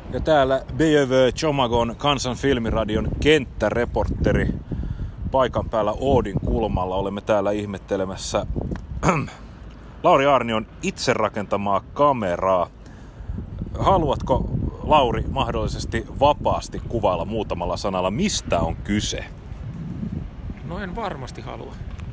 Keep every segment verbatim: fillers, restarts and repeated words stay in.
Ja täällä Bejövö Chomagon Kansan filmiradion kenttäreportteri paikan päällä Oodin kulmalla. Olemme täällä ihmettelemässä Lauri Aarnion itse rakentamaa kameraa. Haluatko, Lauri, mahdollisesti vapaasti kuvailla muutamalla sanalla, mistä on kyse? No en varmasti halua.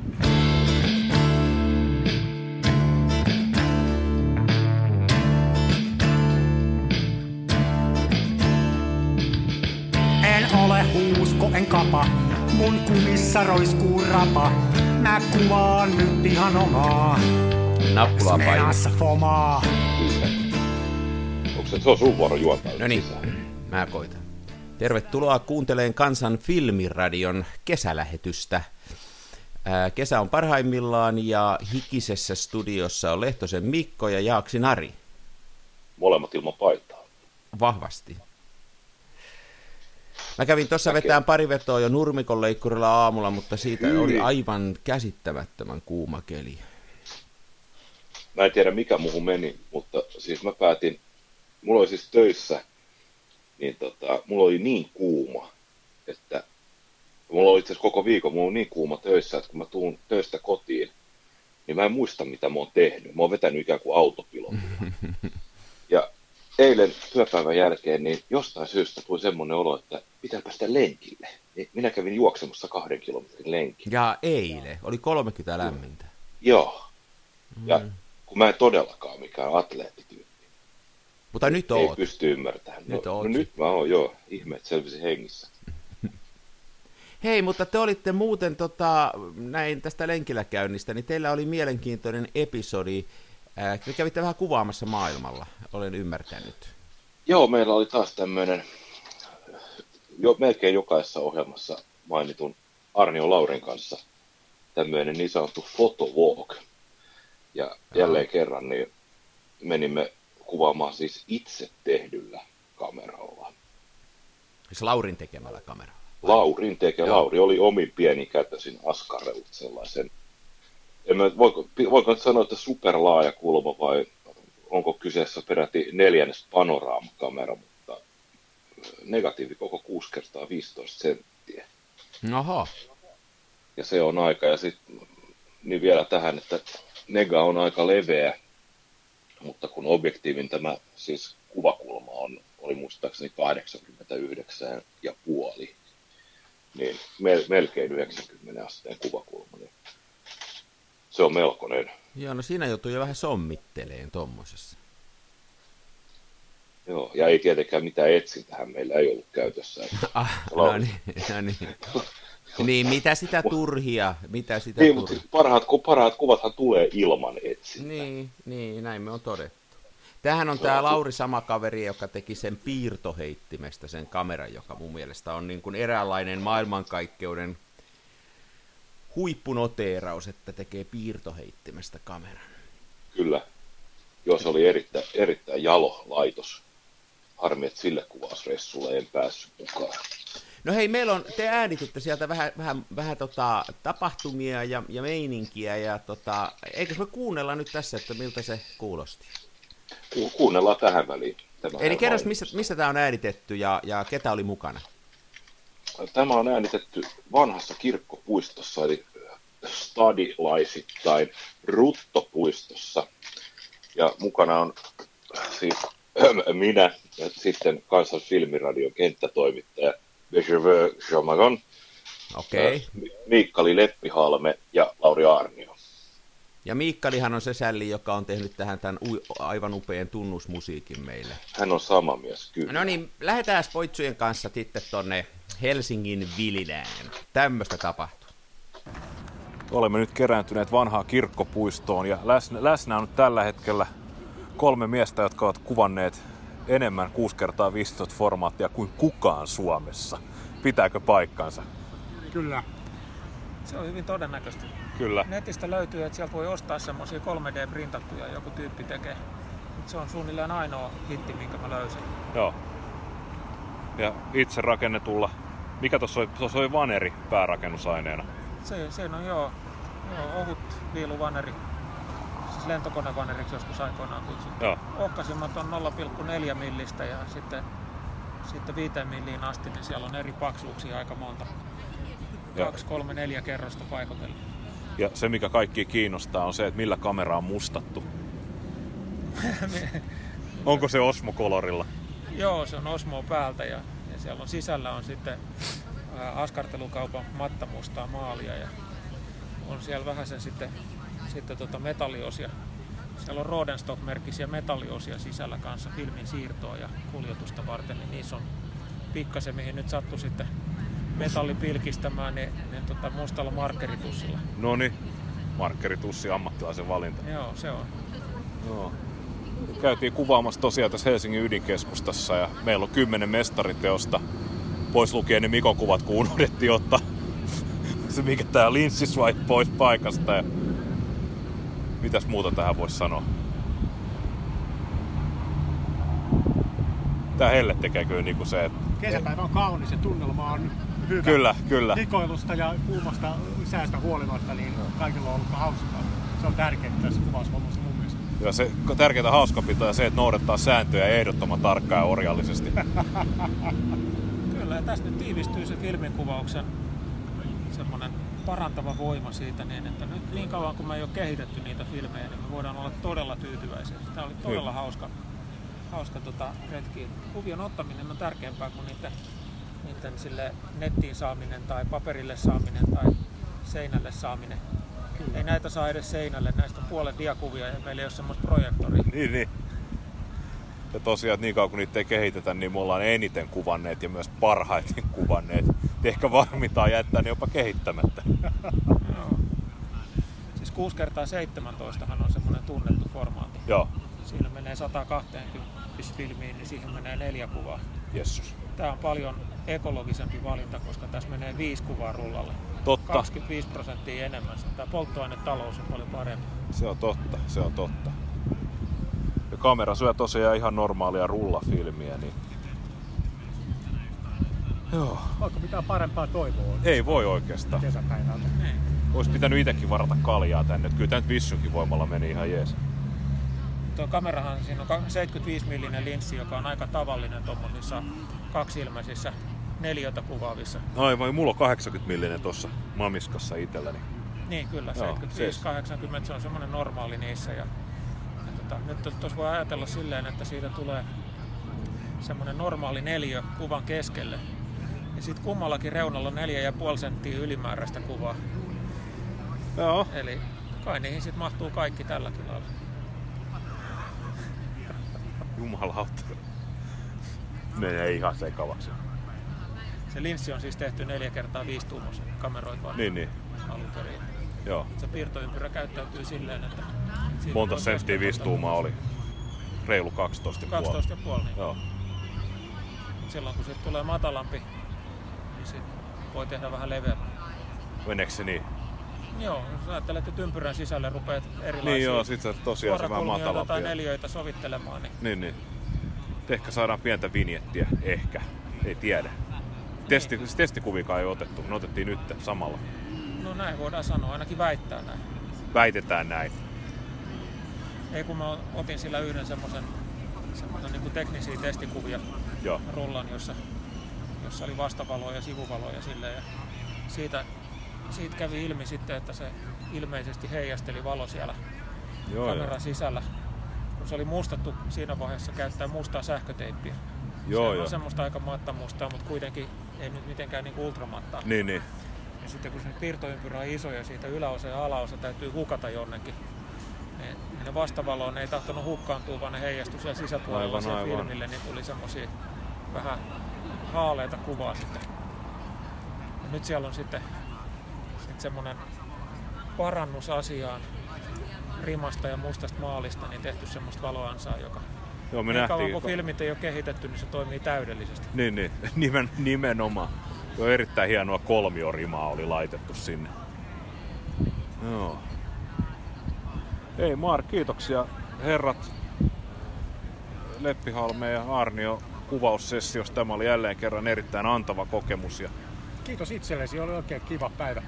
En ole huusko, en kapa, mun kumissa roiskuu rapa. Mä kuvaan nyt ihan omaa, nappulaa smenassa fomaa. Onko se, se on sun vuoro juontaa? No niin, mä koitan. Tervetuloa kuunteleen Kansan filmiradion kesälähetystä. Ää, kesä on parhaimmillaan ja hikisessä studiossa on Lehtosen Mikko ja Jaaksin Ari. Molemmat ilman paitaa. Vahvasti. Mä kävin tuossa vetään pari vetoa jo nurmikon leikkurilla aamulla, mutta siitä Hyi. oli aivan käsittämättömän kuuma keli. Mä en tiedä mikä muuhun meni, mutta siis mä päätin, mulla oli siis töissä, niin tota, mulla oli niin kuuma, että mulla oli itse asiassa koko viikon, mulla oli niin kuuma töissä, että kun mä tuun töistä kotiin, niin mä en muista mitä mä oon tehnyt. Mä oon vetänyt ikään kuin autopilotilla. Ja eilen työpäivän jälkeen, niin jostain syystä tuli semmoinen olo, että pitää päästä lenkille. Minä kävin juoksemassa kahden kilometrin lenkin. Ja eilen, oli kolmekymmentä lämmintä. Joo. Ja mm. kun mä en todellakaan mikään atleettityyppi. Mutta nyt ei oot. pysty ymmärtämään. Nyt no, no nyt mä oon, joo. Ihme, että selvisin hengissä. Hei, mutta te olitte muuten tota, näin tästä lenkillä käynnistä, niin teillä oli mielenkiintoinen episodi. Ää, te kävitte vähän kuvaamassa maailmalla, olen ymmärtänyt. Joo, meillä oli taas tämmöinen, jo, melkein jokaisessa ohjelmassa mainitun Arnio Laurin kanssa tämmöinen niin sanottu photowalk. Ja jälleen kerran niin menimme kuvaamaan siis itse tehdyllä kameralla. Siis Laurin tekemällä kameralla? Laurin tekemä. Lauri oli omin pienikätösin askarellut sellaisen. En mä, voiko, voiko nyt sanoa, että superlaaja kulma vai onko kyseessä peräti neljännes panoraamakamera, mutta negatiivi koko kuusi kertaa viisitoista senttiä. Aha. Ja se on aika, ja sitten niin vielä tähän, että nega on aika leveä, mutta kun objektiivin tämä siis kuvakulma on, oli muistaakseni kahdeksankymmentäyhdeksän ja puoli, niin melkein yhdeksänkymmentä asteen kuvakulma, niin se on melkoinen. Joo, no siinä joutuu jo vähän sommitteleen tommosessa. Joo, ja ei tietenkään mitään etsintähän meillä ei ollut käytössä. Ah, no niin, no niin. Niin, mitä sitä turhia, mitä sitä niin, turhia. Mutta parhaat, parhaat kuvathan tulee ilman etsintää. Niin, niin, näin me on todettu. Tämähän on tämä Lauri sama kaveri, joka teki sen piirtoheittimestä sen kameran, joka mun mielestä on niin kuin eräänlainen maailmankaikkeuden huippunoteeraus, että tekee piirtoheittimestä kameran. Kyllä. Joo, se oli erittäin, erittäin jalo laitos. Harmi, että sille kuvausreissulle en päässyt mukaan. No hei, meillä on, te äänititte sieltä vähän, vähän, vähän tota, tapahtumia ja, ja meininkiä, ja tota, eikös me kuunnella nyt tässä, että miltä se kuulosti? Ku, kuunnellaan tähän väliin. Eli kerros, missä, missä tämä on äänitetty ja, ja ketä oli mukana? Tämä on äänitetty vanhassa kirkkopuistossa, eli stadilaisittain Ruttopuistossa. Ja mukana on siis minä ja sitten Kansan filmiradion kenttätoimittaja Bejövö Chomagon, okay. Miikkali Leppihalme ja Lauri Aarnio. Ja Miikkalihan on se sälli, joka on tehnyt tähän tämän aivan upean tunnusmusiikin meille. Hän on sama mies, kyllä. No niin, lähdetään poitsujen kanssa sitten tonne Helsingin Vililään. Tämmöistä tapahtuu. Olemme nyt kerääntyneet vanhaan kirkkopuistoon ja läsnä, läsnä on nyt tällä hetkellä kolme miestä, jotka ovat kuvanneet enemmän kuusi kertaa viisitoista formaattia kuin kukaan Suomessa. Pitääkö paikkansa? Kyllä. Se on hyvin todennäköistä. Kyllä. Netistä löytyy, että sieltä voi ostaa semmoisia kolme D-printattuja, joku tyyppi tekee. Mutta se on suunnilleen ainoa hitti, minkä mä löysin. Joo. Ja itse rakennetulla, mikä tuossa oli, tuossa oli vaneri päärakennusaineena? Se, se on joo, joo ohut viiluvaneri. Siis lentokonevaneriksi joskus aikoinaan kutsuttu. Ohkaisimmat on nolla pilkku neljä millistä ja sitten sitten viiteen milliin asti, niin siellä on eri paksuuksia aika monta. Ja- Kaksi, kolme, neljä kerrosta paikotellen. Ja se, mikä kaikki kiinnostaa, on se, että millä kamera on mustattu. Onko se Osmo-kolorilla? Joo, se on Osmo päältä ja, ja siellä on sisällä on sitten ää, askartelukaupan mattamustaa maalia ja on siellä vähän sen sitten, sitten tota metalliosia. Siellä on Rodenstock-merkkisiä metalliosia sisällä kanssa filmin siirtoa ja kuljetusta varten, niin niissä on pikkasen, mihin nyt sattui sitten metalli pilkistämään, niin, niin tota mustalla markkeritussilla. Noniin, markkeritussi, ammattilaisen valinta. Joo, se on. Joo. Käytiin kuvaamassa tosiaan tässä Helsingin ydinkeskustassa ja meillä on kymmenen mestariteosta. Pois lukien ne Mikon kuvat, kun unohdettiin ottaa se mikä tää linssiswipe pois paikasta. Ja mitäs muuta tähän voisi sanoa? Tää helle tekee kyllä niinku se, että... Kesäpäivä on kaunis ja tunnelma on hyvä. Kyllä, kyllä. Hikoilusta ja kuumasta säästä huolimatta, niin kaikilla on ollut hauskaa. Se on tärkeää tässä kuvaushommassa mun mielestä. Ja se tärkeintä hauskanpitoa se, että noudattaa sääntöjä ehdottoman tarkkaan ja orjallisesti. Kyllä, ja tästä nyt tiivistyy se filminkuvauksen semmoinen parantava voima siitä, niin että nyt niin kauan kun me ei ole kehitetty niitä filmejä, niin me voidaan olla todella tyytyväisiä. Tämä oli todella Kyllä. hauska, hauska tota, retki. Kuvion ottaminen on tärkeämpää kuin niiden, niiden sille nettiin saaminen tai paperille saaminen tai seinälle saaminen. Kyllä. Ei näitä saa edes seinälle, näistä on puolet diakuvia ja meillä ei ole semmoista projektoria. Niin, niin. Ja tosiaan, että niin kauan kun niitä ei kehitetä, niin me ollaan eniten kuvanneet ja myös parhaiten kuvanneet. Ehkä varmitaan jättää ne jopa kehittämättä. Joo. Siis kuusi kertaa seitsemäntoista on semmoinen tunnettu formaatti. Joo, Siinä menee sata kaksikymmentä filmiin, niin siihen menee neljä kuvaa. jessus. Tämä on paljon ekologisempi valinta, koska tässä menee viisi kuvaa rullalle. Totta, kaksikymmentäviisi prosenttia enemmän. Tämä polttoainetalous on paljon parempi. se on totta, se on totta. Ja kamera syö tosiaan ihan normaalia rullafilmiä, niin... Joo. Voiko mitään parempaa toivoa Ei voi oikeastaan. kesäpäivältä? Niin. Olisi pitänyt itsekin varata kaljaa tänne. Kyllä tää nyt Vissynkin voimalla meni ihan jees. Tuo kamerahan, siinä on seitsemänkymmentäviisi millinen linssi, joka on aika tavallinen tuommoisissa kaksilmäisissä neliötä kuvaavissa. Aivan, mulla on kahdeksankymmentä millinen tuossa mamiskassa itselläni. Niin kyllä, Joo, seitsemänkymmentäviisi siis. kahdeksankymmentä se on semmoinen normaali niissä. Ja, ja tota, nyt tuossa voi ajatella silleen, että siitä tulee semmoinen normaali neliö kuvan keskelle. Ja sitten kummallakin reunalla on neljä ja puoli senttiä ylimääräistä kuvaa. Joo. Eli kai niihin sitten mahtuu kaikki tälläkin lailla. Jumalauta. Menee ihan sekavaksi. Se linssi on siis tehty neljä kertaa viisi tuumaisen kameroita varten Niin, niin. alun perin. Joo. Se piirtoympyrä käyttäytyy silleen, että... siitä Monta voi senttiä tehdä viisi monta- tuumaa oli? Reilu kaksitoista pilkku viisi. kaksitoista pilkku viisi, niin. Joo. Silloin kun siitä tulee matalampi, niin sit voi tehdä vähän leveämmän. Meneekö se niin? Joo, jos ajattelet, että ympyrän sisälle rupeat erilaisia Niin joo, sit se tosiaan se vähän suorakulmioita matalampi. tai neliöitä sovittelemaan, niin Niin, niin. Ehkä saadaan pientä vinjettiä, ehkä. Ei tiedä. Testi, siis testikuvikaan ei otettu, me otettiin nyt samalla. no näin voidaan sanoa, ainakin väittää näin. Väitetään näin. Ei kun mä otin sillä yhden semmoisen semmoisen niin kuin teknisiä testikuvia Joo. rullan, jossa, jossa oli vastavaloja ja sivuvaloja silleen. Ja siitä, siitä kävi ilmi sitten, että se ilmeisesti heijasteli valo siellä Joo, kameran joo. sisällä. Kun se oli mustattu siinä vaiheessa käyttää mustaa sähköteippiä. Joo, se on joo. semmoista aika mattamustaa, mutta kuitenkin ei nyt mitenkään niin ultramattaa. Niin, niin. Ja sitten kun se piirtoympyrä on iso ja siitä yläosa ja alaosa täytyy hukata jonnekin, niin ne vastavaloon ei tahtonut hukkaantua, vaan ne heijastui siellä sisäpuolella Aivan, siellä aivan. filmille, niin tuli semmosia vähän haaleita kuvaa sitten. Ja nyt siellä on sitten, sitten semmoinen parannus asiaan rimasta ja mustasta maalista, niin tehty semmoista valoansaa, joka Joo, me niin kauan nähtiin. kun filmit ei ole kehitetty, niin se toimii täydellisesti. Niin, niin. Nimen, nimenomaan. Joo, erittäin hienoa kolmiorimaa oli laitettu sinne. Joo. Ei Mark, kiitoksia herrat Leppihalme ja Arnio kuvaussessiosta. Tämä oli jälleen kerran erittäin antava kokemus. Ja Kiitos itsellesi, oli oikein kiva päivä.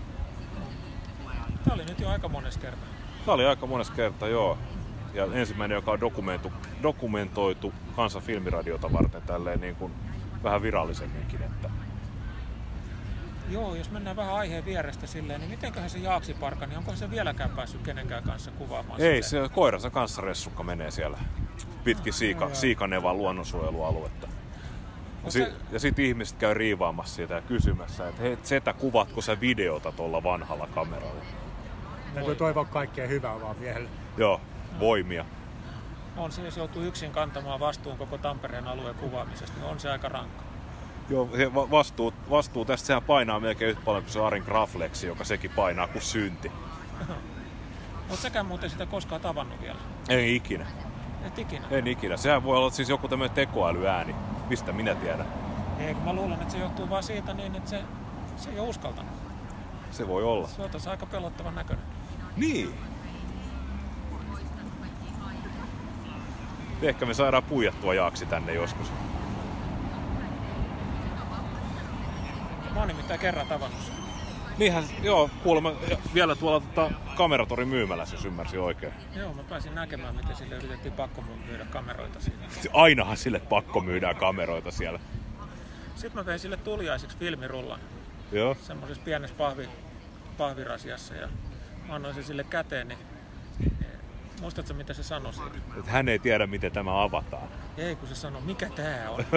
Tämä oli nyt jo aika mones kerta. tämä oli aika monessa kertaa, joo. Ja ensimmäinen, joka on dokumentoitu, dokumentoitu Kansan filmiradiota varten tälleen niin kuin vähän virallisemminkin. Että... Joo, jos mennään vähän aiheen vierestä silleen, niin mitenköhän se Jaaksiparka, niin onko se vieläkään päässyt kenenkään kanssa kuvaamaan? Ei, silleen? se koiransa kanssa ressukka menee siellä pitkin siika, Siikanevan luonnonsuojelualuetta. Ja, si- ja sitten ihmiset käy riivaamassa siitä ja kysymässä, että hei, Zetä, kuvatko sä videota tuolla vanhalla kameralla? Täytyy toivoa kaikkea hyvää vaan vielä. Joo, voimia. On se, jos joutuu yksin kantamaan vastuun koko Tampereen alueen kuvaamisesta, niin on se aika rankka. Joo, vastuu, vastuu tästä sehän painaa melkein yhtä paljon kuin se Arin Graflexi, joka sekin painaa kuin synti. Oot säkään muuten sitä koskaan tavannut vielä? Ei ikinä. Et ikinä? En ikinä. Sehän voi olla siis joku tämmöinen tekoälyääni. Mistä minä tiedän? Ei, kun mä luulen, että se johtuu vaan siitä niin, että se, se ei ole uskaltanut. Se voi olla. Se on tässä aika pelottavan näköinen. Niin. Ehkä me saadaan puijattua Jaaksi tänne joskus. Mä oon nimittäin kerran tavannut sen. Niinhän, joo, kuulemma vielä tuolla tota, Kameratorin myymälässä, jos ymmärsin oikein. Joo, mä pääsin näkemään, miten sille yritettiin pakko myydä kameroita siinä. Ainahan sille pakko myydään kameroita siellä. Sitten mä vein sille tuliaiseksi filmirullan. Joo. Semmoisessa pienessä pahvi, pahvirasiassa ja mä annoin sen sille käteen, niin muistatko mitä se sanoi siitä? Että hän ei tiedä, miten tämä avataan. Ei, kun se sanoi, mikä tää on?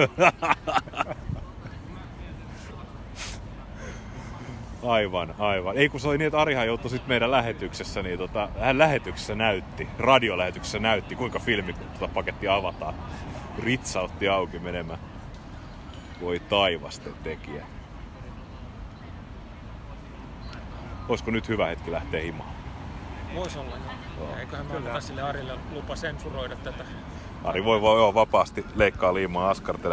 Aivan, aivan. Ei kun se oli niin, että Arihan joutui sitten meidän lähetyksessä, niin tota, hän lähetyksessä näytti, radiolähetyksessä näytti, kuinka filmi tuota pakettia avataan. Ritsautti auki menemään. Voi taivasten tekijä. Olisiko nyt hyvä hetki lähteä himaan? Vois olla, joo. Eiköhän me anneta sille Arille lupa sensuroida tätä. Ari voi, voi joo, vapaasti leikkaa liimaa askartele.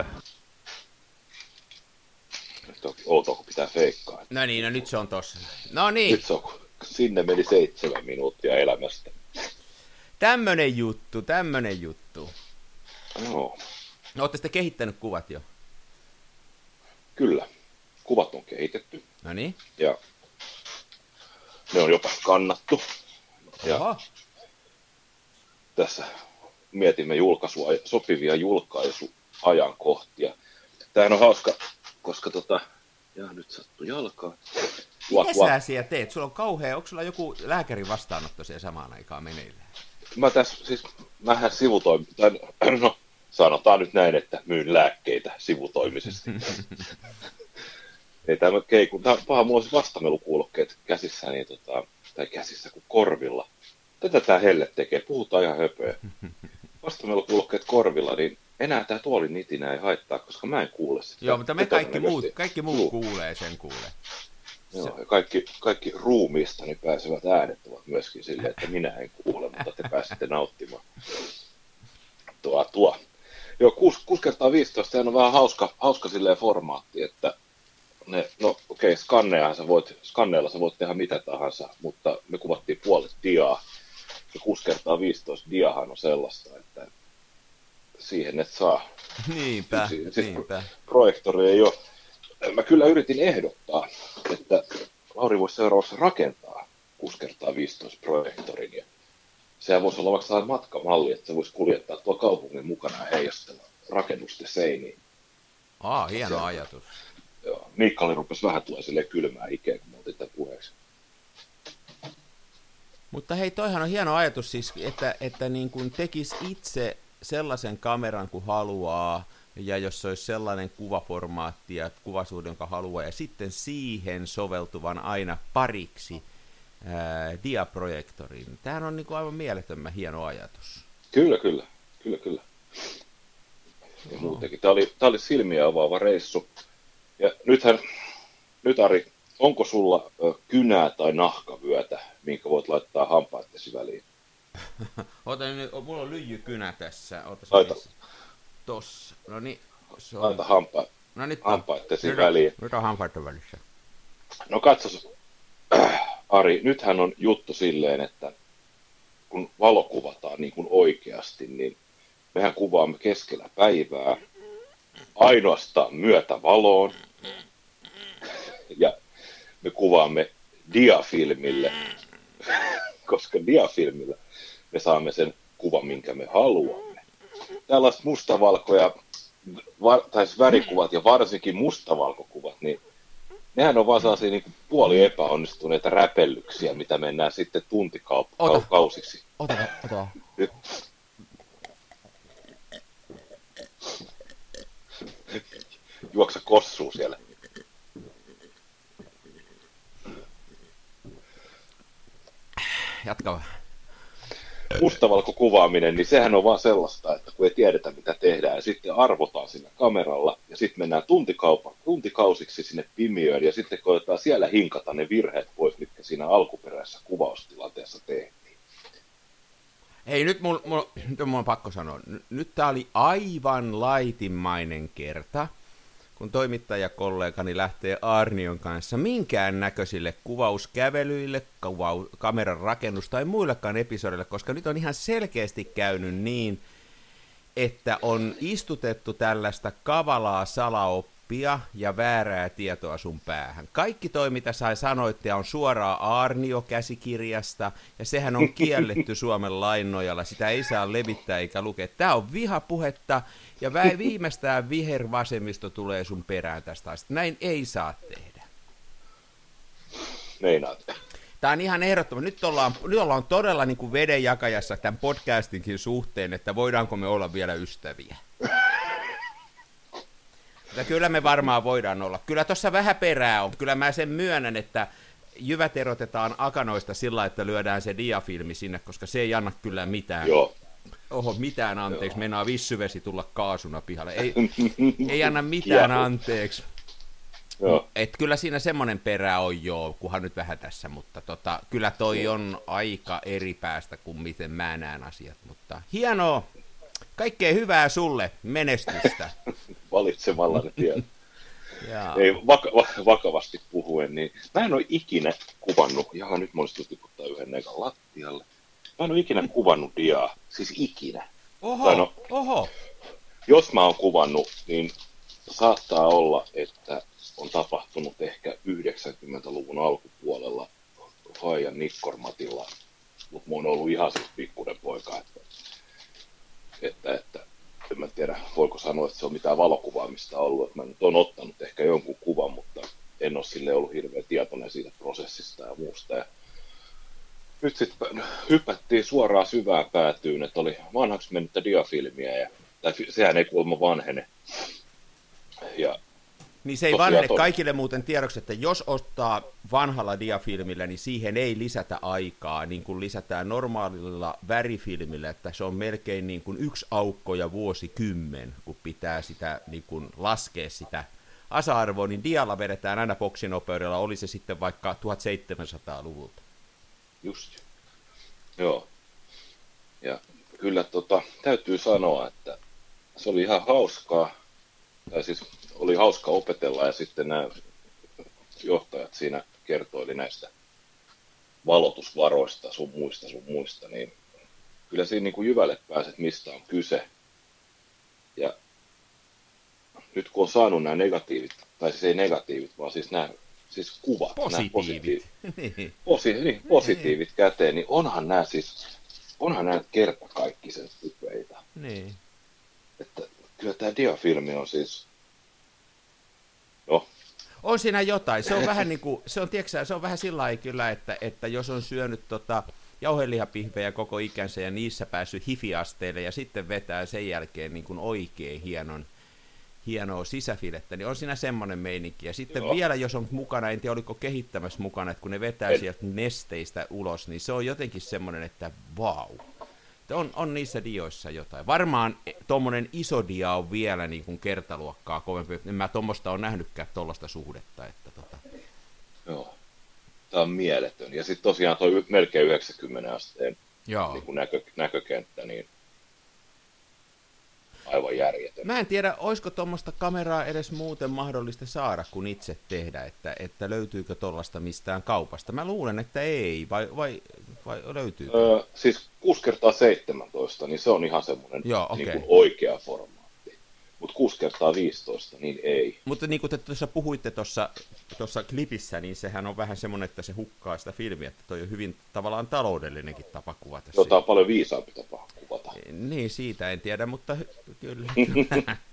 Outoa, kun pitää feikkaa. No niin, no nyt se on tossa. No niin. Nyt se on, sinne meni seitsemän minuuttia elämästä. Tämmönen juttu, tämmönen juttu. Joo. No, ootte sitten kehittänyt kuvat jo? Kyllä. Kuvat on kehitetty. No niin. Ja ne on jopa skannattu. Ja Oho. tässä mietimme julkaisua, sopivia julkaisuajankohtia. Tämähän on hauska, koska tota... Ja nyt sattui jalkaan. Mitä sä siellä teet? Sulla on kauhea, onko sulla joku lääkärin vastaanotto siellä samaan aikaan meneillään? Mä tässä, siis, mähän sivutoimin, no sanotaan nyt näin, että myyn lääkkeitä sivutoimisesti. Ei tämä keikun, tämä paha, mulla olisi vastamelukuulokkeet käsissä, niin tota, tai käsissä kuin korvilla. Tätä tämä helle tekee, puhutaan ihan höpöä. Vastamelukuulokkeet korvilla, niin enää tämä tuolin nitinä ei haittaa, koska mä en kuule sitä. Joo, mutta me kaikki muut, kaikki muut kuulee, sen kuulee. Joo, ja kaikki, kaikki ruumiistani pääsevät äänet ovat myöskin silleen, että minä en kuule, mutta te pääsette nauttimaan. Tuo, tuo. Joo, kuusi kertaa viisitoista, sehän on vähän hauska, hauska silleen formaatti, että ne, no okei, okay, skanneahan sä voit, skanneilla sä voit tehdä mitä tahansa, mutta me kuvattiin puolet diaa, ja kuusi kertaa viisitoista diahan on sellaista, että siihen et saa. Niinpä, siis niinpä. Projektori ei ole. Mä kyllä yritin ehdottaa, että Lauri voisi seuraavaksi rakentaa kuusi kertaa viisitoista projektorin. Ja sehän voisi olla vaikka sellainen matkamalli, että se voisi kuljettaa tuo kaupungin mukana ja heijastella rakennusten seiniin. Aa, hieno ja, ajatus. Joo, Miikkalle rupesi vähän tulee silleen kylmää ikään, kun me otin tämän puheeksi. Mutta hei, toihan on hieno ajatus siis, että, että niin kuin tekisi itse sellaisen kameran kuin haluaa, ja jos olisi sellainen kuvaformaatti ja kuvasuhde, jonka haluaa, ja sitten siihen soveltuvan aina pariksi ää, diaprojektoriin. Tämähän on niin kuin aivan mielettömän hieno ajatus. Kyllä, kyllä. Kyllä, kyllä. Ja muutenkin. Tämä oli, tämä oli silmiä avaava reissu. Ja nythän, nyt Ari, onko sulla kynää tai nahkavyötä, minkä voit laittaa hampaittesi väliin? Ota nyt, mulla on lyijykynä tässä. Ota Laita. Tossa. No niin. Se on... Laita hampa... no, nyt hampaittesi nyt väliin. Nyt on hampaiden välissä. No katsos, äh, Ari, nythän on juttu silleen, että kun valo kuvataan niin kuin oikeasti, niin mehän kuvaamme keskellä päivää ainoastaan myötä valoon. Ja me kuvaamme diafilmille, koska diafilmillä me saamme sen kuvan, minkä me haluamme. Tällaiset mustavalkoja var, tai siis värikuvat ja varsinkin mustavalkokuvat, niin nehän on vaan sellaisia niin kuin puoli epäonnistuneita räpellyksiä, mitä mennään sitten tuntikausiksi. Ota, ota. Juoksa kossuu siellä. Jatka. Mustavalkokuvaaminen, niin sehän on vaan sellaista, että kun ei tiedetä mitä tehdään, ja sitten arvotaan siinä kameralla, ja sitten mennään tuntikaupa, tuntikausiksi sinne pimiöön, ja sitten koetaan siellä hinkata ne virheet pois, mitkä siinä alkuperäisessä kuvaustilanteessa tehtiin. Hei, nyt mun, mun, nyt mun on pakko sanoa. Nyt tää oli aivan laitimmainen kerta, kun toimittajakollegani lähtee Arnion kanssa minkään näköisille kuvauskävelyille, kuva- kameran rakennus tai muillekaan episodille, koska nyt on ihan selkeästi käynyt niin, että on istutettu tällaista kavalaa salaoppia ja väärää tietoa sun päähän. Kaikki toi, mitä sä sanoitte, on suoraa Arnio-käsikirjasta, ja sehän on kielletty Suomen lain nojalla. Sitä ei saa levittää eikä lukea. Tää on vihapuhetta, ja viimeistään vihervasemmisto tulee sun perään tästä asiasta. Näin ei saa tehdä. Meinaat. Tämä on ihan ehdottoman. Nyt ollaan, nyt ollaan todella niin kuin vedenjakajassa tämän podcastinkin suhteen, että voidaanko me olla vielä ystäviä. Mutta kyllä me varmaan voidaan olla. Kyllä tuossa vähän perää on. Kyllä mä sen myönnän, että jyvät erotetaan akanoista sillä, että lyödään se diafilmi sinne, koska se ei anna kyllä mitään. Joo. Oho, mitään anteeksi. Meinaa vissyvesi tulla kaasuna pihalle. Ei, ei anna mitään anteeksi. Joo. Et kyllä siinä semmoinen perä on joo, kunhan nyt vähän tässä, mutta tota, kyllä toi on aika eri päästä kuin miten mä näen asiat. Mutta hienoa, kaikkea hyvää sulle, menestystä. Valitsemallani tiedä. Ei, vaka- vakavasti puhuen, niin mä en ole ikinä kuvannut, jaha nyt mä olisin tiputtaa yhden nekan lattialle. Mä en ole ikinä kuvannut diaa, siis ikinä. Oho, no, oho. Jos mä oon kuvannut, niin saattaa olla, että on tapahtunut ehkä yhdeksänkymmentäluvun alkupuolella Faijan Nikkormatilla, mutta mä oon ollut ihan siis pikkuinen poika, että, että, että en mä tiedä, voiko sanoa, että se on mitään valokuvaamista ollut, että mä nyt oon ottanut ehkä jonkun kuvan, mutta en ole sille ollut hirveän tietoinen siitä prosessista ja muusta. Ja nyt sitten hypättiin suoraan syvään päätyyn, että oli vanhaksi mennyttä diafilmiä, ja, tai sehän ei kuulemma vanhene. Ja niin se ei vanhene kaikille muuten tiedoksi, että jos ottaa vanhalla diafilmillä, niin siihen ei lisätä aikaa, niin kuin lisätään normaalilla värifilmillä, että se on melkein niin kuin yksi aukko ja vuosikymmen, kun pitää sitä niin kuin laskea sitä asa-arvoa, niin dialla vedetään aina boksinopeudella, oli se sitten vaikka tuhatseitsemänsataaluvulta. Just. Joo. Ja kyllä tota, täytyy sanoa, että se oli ihan hauskaa, tai siis oli hauska opetella, ja sitten nämä johtajat siinä kertoili näistä valotusvaroista, sun muista, sun muista, niin kyllä siinä niin kuin jyvälle pääset, mistä on kyse. Ja nyt kun on saanut nämä negatiivit, tai siis ei negatiivit, vaan siis nämä siis kuvat, positiivit, nämä positiivit, posi, niin, positiivit käteen, niin onhan nämä siis, onhan nämä kertakaikkisen upeita. Niin. Että kyllä tämä diafilmi on siis, no. On siinä jotain. Se on vähän niin kuin, se on, tiiäksä, se on vähän sillä lailla kyllä, että, että jos on syönyt tota jauhelihapihvejä koko ikänsä ja niissä päässyt hifiasteille ja sitten vetää sen jälkeen niin kuin oikein hienon, hienoa sisäfilettä, niin on siinä semmoinen meininki. Ja sitten Joo. vielä, jos on mukana, en tiedä oliko kehittämässä mukana, että kun ne vetää en. sieltä nesteistä ulos, niin se on jotenkin semmoinen, että vau. On, on niissä dioissa jotain. Varmaan tuommoinen iso dia on vielä niin kuin kertaluokkaa kovempi. En mä tuommoista ole nähnytkään tuollaista suhdetta. Että tota. Joo, tämä on mieletön. Ja sitten tosiaan tuo melkein yhdeksänkymmentä asteen niin kuin näkö, näkökenttä, niin aivan järjetön. Mä en tiedä, olisiko tuommoista kameraa edes muuten mahdollista saada kuin itse tehdä, että, että löytyykö tuollaista mistään kaupasta. Mä luulen, että ei, vai, vai, vai löytyykö? Öö, siis kuusi kertaa seitsemäntoista, niin se on ihan semmoinen okay. niin kuin oikea formaatti. Mutta kuusi kertaa viisitoista, niin ei. Mutta niin kuin te tuossa puhuitte tuossa klipissä, niin sehän on vähän semmoinen, että se hukkaa sitä filmiä, että toi on hyvin tavallaan taloudellinenkin tapa kuvata. Joo, tämä on paljon viisaampi tapa kuvata. Niin, siitä en tiedä, mutta kyllä.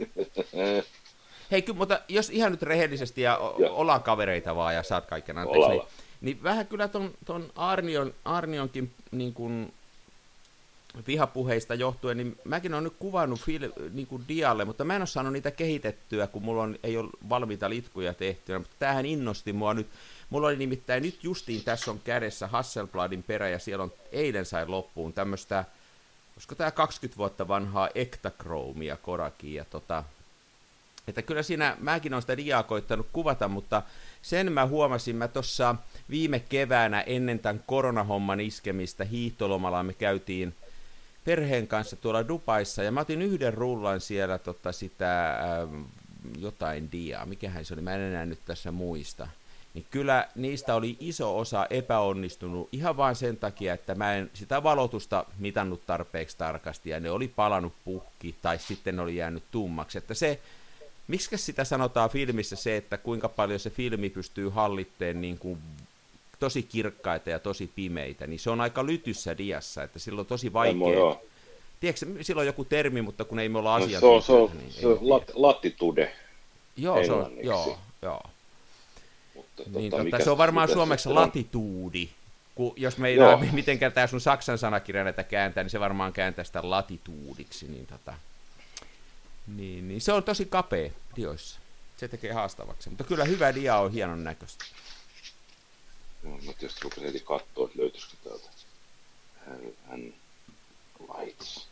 Hei, kyllä, mutta jos ihan nyt rehellisesti ja, ja. ollaan kavereita vaan ja saat kaiken anteeksi, niin, niin vähän kyllä ton, ton Arnion, Arnionkin niin kuin vihapuheista johtuen, niin mäkin olen nyt kuvannut fil, niin kuin dialle, mutta mä en ole saanut niitä kehitettyä, kun mulla on, ei ole valmiita litkuja tehtyä, mutta tämähän innosti mua nyt. Mulla oli nimittäin nyt justiin, tässä on kädessä Hasselbladin perä, ja siellä on eilen sai loppuun tämmöistä, koska tämä kaksikymmentä vuotta vanhaa Ektachromia Korakia, tota, että kyllä siinä, mäkin olen sitä diaa koittanut kuvata, mutta sen mä huomasin, mä tuossa viime keväänä ennen tämän koronahomman iskemistä hiihtolomalla me käytiin perheen kanssa tuolla Dubaissa, ja mä otin yhden rullan siellä tota, sitä ähm, jotain diaa, mikähän se oli, mä en enää nyt tässä muista. Niin kyllä niistä oli iso osa epäonnistunut ihan vain sen takia, että mä en sitä valotusta mitannut tarpeeksi tarkasti, ja ne oli palanut puhki, tai sitten ne oli jäänyt tummaksi. Että se, miksi sitä sanotaan filmissä se, että kuinka paljon se filmi pystyy hallitteen niin kuin tosi kirkkaita ja tosi pimeitä, niin se on aika lytyssä diassa, että silloin on tosi vaikea. Tiedätkö, sillä on joku termi, mutta kun ei me olla asiantuntijoita. Se on, se on, niin se on lat, latitude. Joo, se on, joo, joo. Mutta, niin, tota, totta, se on varmaan suomeksi on? Latituudi. Kun, jos me ei näe, mitenkään tämä sun saksan sanakirja näitä kääntää, niin se varmaan kääntää sitä latituudiksi. Niin, tota, niin, niin se on tosi kapea dioissa. Se tekee haastavaksi. Mutta kyllä hyvä dia on hienon näköistä. No, mä tietysti rupesin heti katsoa, että löytyisikö täältä hän lights.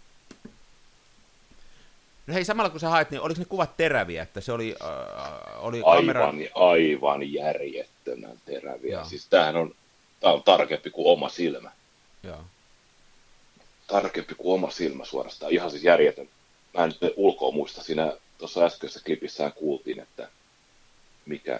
No hei, samalla kun sä haet, niin oliko ne kuvat teräviä, että se oli, äh, oli aivan, kamera... aivan järjettömän teräviä. Joo. Siis tämähän on, tää on tarkempi kuin oma silmä. Joo. Tarkempi kuin oma silmä suorastaan. Ihan siis järjetön. Mä en nyt ulkoa muista. Siinä tuossa äskeisessä klipissään kuultiin, että mikä,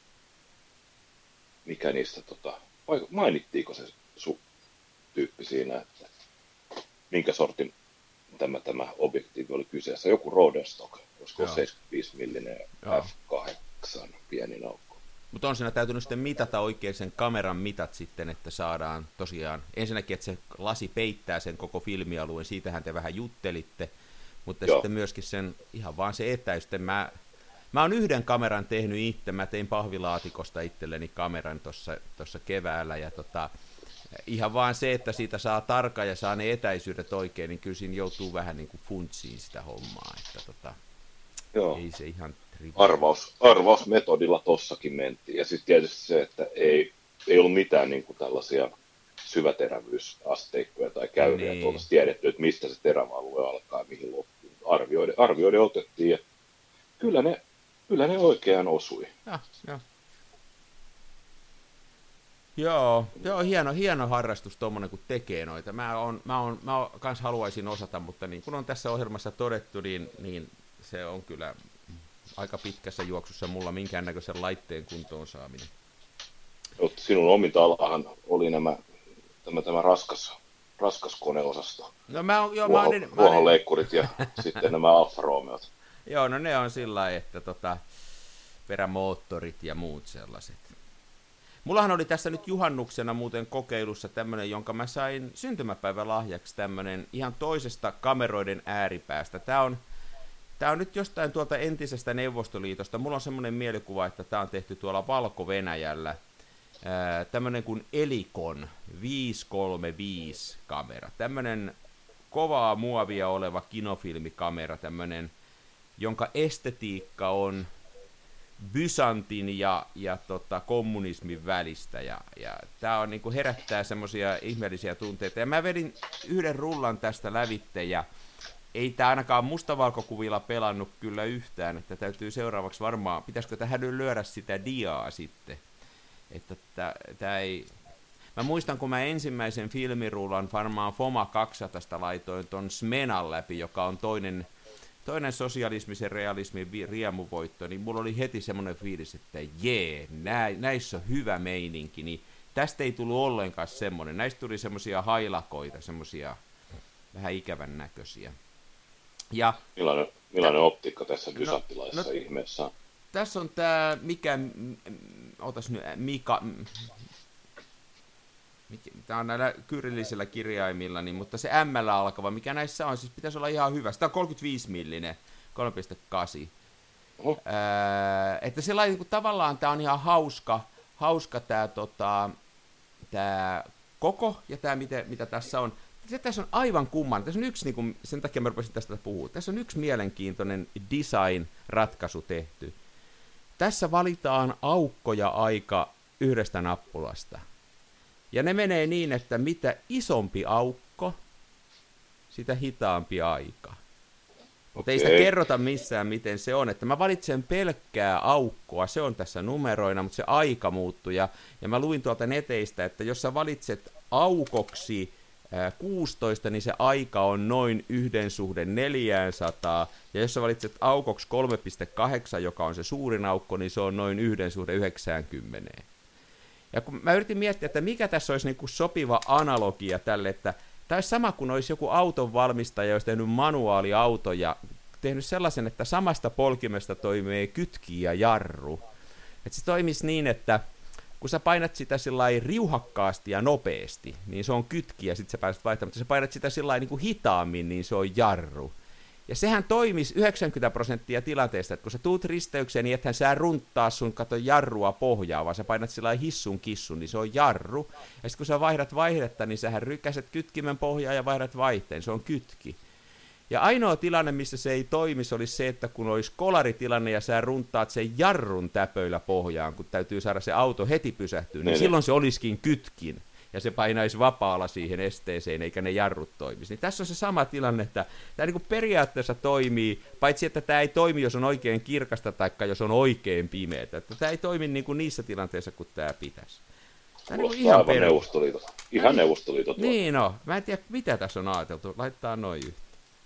mikä niistä, tota, vai mainittiinko se su tyyppi siinä, että minkä sortin tämä, tämä objektiivi oli kyseessä. Joku Rodestock, olisiko seitsemänkymmentäviisi millinen F kahdeksan pieni naukko. Mutta on siinä täytynyt sitten mitata oikein sen kameran mitat sitten, että saadaan tosiaan, ensinnäkin, että se lasi peittää sen koko filmialueen, siitähän te vähän juttelitte, mutta Joo. sitten myöskin sen, ihan vaan se etäistä. Mä, mä oon yhden kameran tehnyt itse, mä tein pahvilaatikosta itselleni kameran tuossa keväällä, ja tota, ihan vaan se, että siitä saa tarkka ja saa ne etäisyydet oikein, niin kyllä siinä joutuu vähän niin kuin funtsiin sitä hommaa, että tota, Joo. ei se ihan... Arvaus, arvausmetodilla tossakin mentiin, ja sitten tietysti se, että ei, ei ollut mitään niin kuin tällaisia syväterävyysasteikkoja tai käyriä, niin. Tuolta tiedetty, että mistä se terävä-alue alkaa ja mihin loppuu. Arvioiden, arvioiden otettiin, ja kyllä ne, kyllä ne oikeaan osui. Ja, ja. Joo, joo, hieno, hieno harrastus tuommoinen, kun tekee noita. Mä, on, mä, on, mä on, kans haluaisin osata, mutta niin kun on tässä ohjelmassa todettu, niin, niin se on kyllä aika pitkässä juoksussa mulla minkäännäköisen laitteen kuntoon saaminen. Sinun ominta alahan oli nämä, tämä, tämä raskas, raskas koneosasto. No mä oon, joo, Ruohon, mä oon, ruohonleikkurit ja sitten nämä Alfa Romeot. Joo, no ne on sillä lailla, että tota, perämoottorit ja muut sellaiset. Mullahan oli tässä nyt juhannuksena muuten kokeilussa tämmönen, jonka mä sain syntymäpäivän lahjaksi, tämmönen ihan toisesta kameroiden ääripäästä. Tää on, tää on nyt jostain tuolta entisestä Neuvostoliitosta. Mulla on semmoinen mielikuva, että tää on tehty tuolla Valko-Venäjällä. Ää, tämmönen kuin Elikon viisi kolme viisi kamera. Tämmönen kovaa muovia oleva kinofilmikamera, tämmönen, jonka estetiikka on Byzantin ja, ja tota, kommunismin välistä, ja, ja tämä on, niinku, herättää semmoisia ihmeellisiä tunteita, ja mä vedin yhden rullan tästä lävitte, ja ei tämä ainakaan mustavalkokuvilla pelannut kyllä yhtään, että täytyy seuraavaksi varmaan, pitäisikö tähän lyödä sitä diaa sitten, että tämä ei... Mä muistan, kun mä ensimmäisen filmirullan varmaan Foma kaksisataa laitoin ton Smenan läpi, joka on toinen Toinen sosialismisen realismin vi- riemuvoitto, niin mulla oli heti semmoinen fiilis, että jee, nä- näissä on hyvä meininki, niin tästä ei tullut ollenkaan semmoinen. Näistä tuli semmoisia hailakoita, semmoisia vähän ikävän näköisiä. Ja, millainen millainen optiikka tässä byzanttilaisessa no, no, ihmeessä on? Tässä on tämä, mikä, otas nyt, Mika... Tämä on näillä kyrillisillä kirjaimilla, niin, mutta se M-llä alkava, mikä näissä on, siis pitäisi olla ihan hyvä. Sitä on kolmekymmentäviisi millinen kolme pilkku kahdeksan. Oho. Ää, että sellainen, niin kuin, tavallaan tämä on ihan hauska, hauska tämä tota, tää koko ja tämä, mitä, mitä tässä on. Se, tässä on aivan kumman. Tässä on yksi, niin kuin, sen takia mä rupesin tästä puhua, tässä on yksi mielenkiintoinen design-ratkaisu tehty. Tässä valitaan aukkoja aika yhdestä nappulasta. Ja ne menee niin, että mitä isompi aukko, sitä hitaampi aika. Mutta ei sitä kerrota missään, miten se on. Että mä valitsen pelkkää aukkoa, se on tässä numeroina, mutta se aika muuttuu. Ja, ja mä luin tuolta neteistä, että jos sä valitset aukoksi ää, kuusitoista, niin se aika on noin yhden suhde neljäsataa. Ja jos sä valitset aukoksi kolme pilkku kahdeksan, joka on se suurin aukko, niin se on noin yhden suhde yhdeksänkymmentä. Ja kun mä yritin miettiä, että mikä tässä olisi niin kuin sopiva analogia tälle, että tämä olisi sama kuin olisi joku auton valmistaja, olisi tehnyt manuaaliauto ja tehnyt sellaisen, että samasta polkimesta toimii kytki ja jarru. Että se toimisi niin, että kun sä painat sitä sillai riuhakkaasti ja nopeasti, niin se on kytki ja sitten sä pääset vaihtamaan, mutta sä painat sitä sillai niin kuin hitaammin, niin se on jarru. Ja sehän toimisi yhdeksänkymmentä prosenttia tilanteesta, että kun sä tuut risteykseen, niin ethän sä runttaa sun kato jarrua pohjaa, vaan sä painat sillä hissun kissun, niin se on jarru. Ja sitten kun sä vaihdat vaihdetta, niin sähän rykäset kytkimen pohjaa ja vaihdat vaihteen, se on kytki. Ja ainoa tilanne, missä se ei toimisi, olisi se, että kun olisi kolaritilanne ja sä runtaat sen jarrun täpöillä pohjaan, kun täytyy saada se auto heti pysähtyä, niin ne, silloin se olisikin kytkin. Ja se painaisi vapaalla siihen esteeseen, eikä ne jarrut toimisi. Niin tässä on se sama tilanne, että tämä niin kuin periaatteessa toimii, paitsi että tämä ei toimi, jos on oikein kirkasta tai jos on oikein pimeätä. Että tämä ei toimi niin kuin niissä tilanteissa, kun tämä pitäisi. Tämä on niin ihan aivan Neuvostoliitot. Ihan Neuvostoliitot. Niin no, mä en tiedä mitä tässä on ajateltu. Laittaa noin yhteen.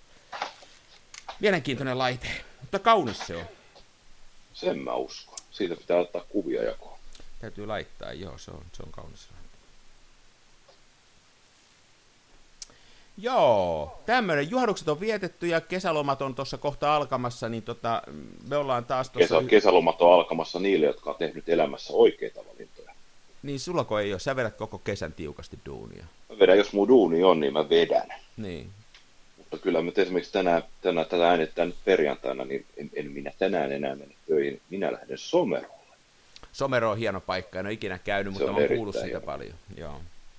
Mielenkiintoinen laite, mutta kaunis se on. Sen mä uskon. Siitä pitää ottaa kuvia jakoon. Täytyy laittaa, joo, se on, se on kaunis. Joo, tämmöinen. Juhannukset on vietetty ja kesälomat on tuossa kohta alkamassa, niin tota, me ollaan taas tuossa... Kesä, kesälomat on alkamassa niille, jotka on tehnyt elämässä oikeita valintoja. Niin sulla kun ei ole, sä vedät koko kesän tiukasti duunia. Mä vedän, jos mun duuni on, niin mä vedän. Niin. Mutta kyllä me esimerkiksi tänään, tänään tätä äänettää nyt perjantaina, niin en, en minä tänään enää mene töihin, minä lähden Somerolle. Somero on hieno paikka, en ole ikinä käynyt, mutta olen kuullut siitä hieno. Paljon. Joo.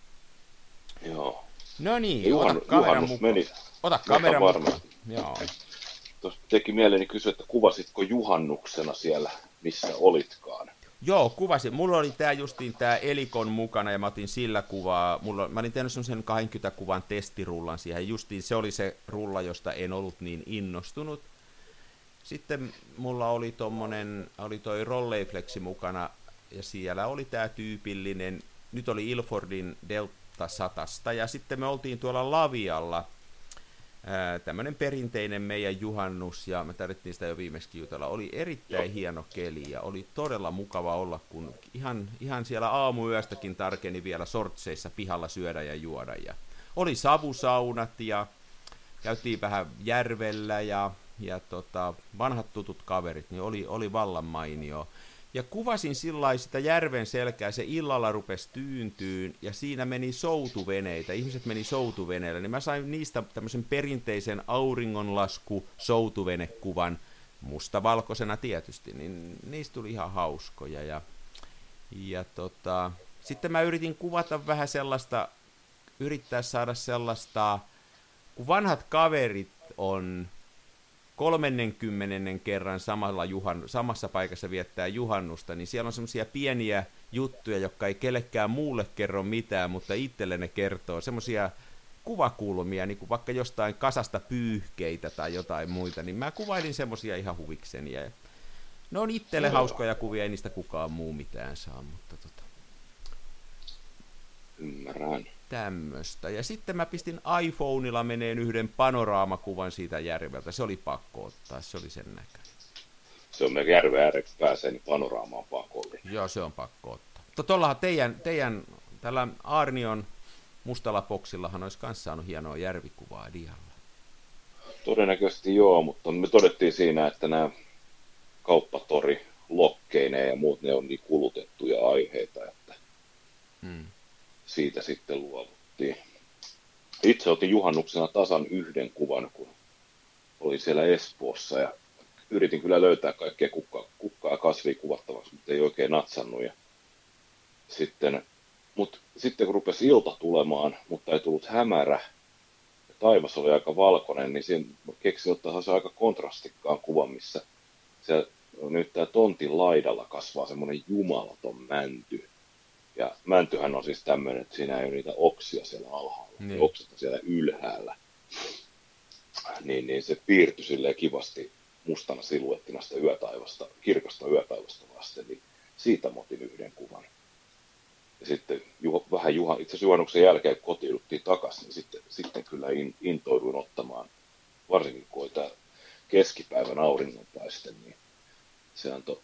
Joo. No niin, Juhan, ota kameran mukaan. Meni, ota kameran mukaan. Joo. Tuossa teki mieleeni kysyä, että kuvasitko juhannuksena siellä, missä olitkaan? Joo, kuvasin. Mulla oli tää justiin tää Elikon mukana ja mä otin sillä kuvaa. Mulla, mä olin tehnyt semmoisen kaksikymmentä kuvan testirullan siihen. Justiin se oli se rulla, josta en ollut niin innostunut. Sitten mulla oli tommonen, oli toi Rolleiflexi mukana ja siellä oli tää tyypillinen, nyt oli Ilfordin Delta satasta ja sitten me oltiin tuolla Lavialla. Tämmöinen perinteinen meidän juhannus, ja me tarvittiin sitä jo viimeksi jutella. Oli erittäin Joo. hieno keli, ja oli todella mukava olla, kun ihan, ihan siellä aamuyöstäkin tarkeni vielä sortseissa pihalla syödä ja juoda. Ja oli savusaunat, ja käytiin vähän järvellä, ja, ja tota, vanhat tutut kaverit, niin oli, oli vallan mainio. Ja kuvasin sillä sitä järven selkää, se illalla rupesi tyyntyyn, ja siinä meni soutuveneitä, ihmiset meni soutuveneillä, niin mä sain niistä tämmöisen perinteisen auringonlasku soutuvenekuvan, mustavalkoisena tietysti, niin niistä tuli ihan hauskoja. Ja, ja tota, sitten mä yritin kuvata vähän sellaista, yrittää saada sellaista, kun vanhat kaverit on... kolmenkymmenen kerran samalla juhan, samassa paikassa viettää juhannusta, niin siellä on semmoisia pieniä juttuja, jotka ei kellekään muulle kerro mitään, mutta itselle ne kertoo. Semmoisia kuvakulmia, niin kuin vaikka jostain kasasta pyyhkeitä tai jotain muita, niin mä kuvailin semmoisia ihan huvikseni. Ja ne on itselle hauskoja kuvia, ei niistä kukaan muu mitään saa, mutta tota... Ymmärrän. Tämmöstä. Ja sitten mä pistin iPhoneilla meneen yhden panoraamakuvan siitä järveltä. Se oli pakko ottaa, se oli sen näköinen. Se on meidän järven ääreksi pääsee, niin panoraamaan pakolle. Joo, se on pakko ottaa. Mutta tuollahan teidän, teidän tällä Aarnion mustalla boksillahan olisi myös saanut hienoa järvikuvaa dialla. Todennäköisesti joo, mutta me todettiin siinä, että nämä kauppatori lokkeineen ja muut, ne on niin kulutettuja aiheita, että hmm. siitä sitten luovuttiin. Itse otin juhannuksena tasan yhden kuvan, kun olin siellä Espoossa ja yritin kyllä löytää kaikkea kukkaa, kukkaa ja kasvia kuvattavaksi, mutta ei oikein natsannut. Ja sitten, mut, sitten kun rupesi ilta tulemaan, mutta ei tullut hämärä, ja taivas oli aika valkoinen, niin siinä keksin ottaa se aika kontrastikkaan kuvan, missä se, nyt tämä tontin laidalla kasvaa semmoinen jumalaton mänty. Ja mäntyhän on siis tämmöinen, että siinä ei ole niitä oksia siellä alhaalla, niin. Okset on siellä ylhäällä. Niin, niin se piirtyi silleen kivasti mustana siluettina sitä yötaivasta, kirkasta yötaivasta vasten, niin siitä mä otin yhden kuvan. Ja sitten juh, vähän juha, itse asiassa juhannuksen jälkeen, kun kotiuduttiin takaisin, niin sitten, sitten kyllä in, intouduin ottamaan, varsinkin kun oli tämä keskipäivän auringonpaiste, niin se antoi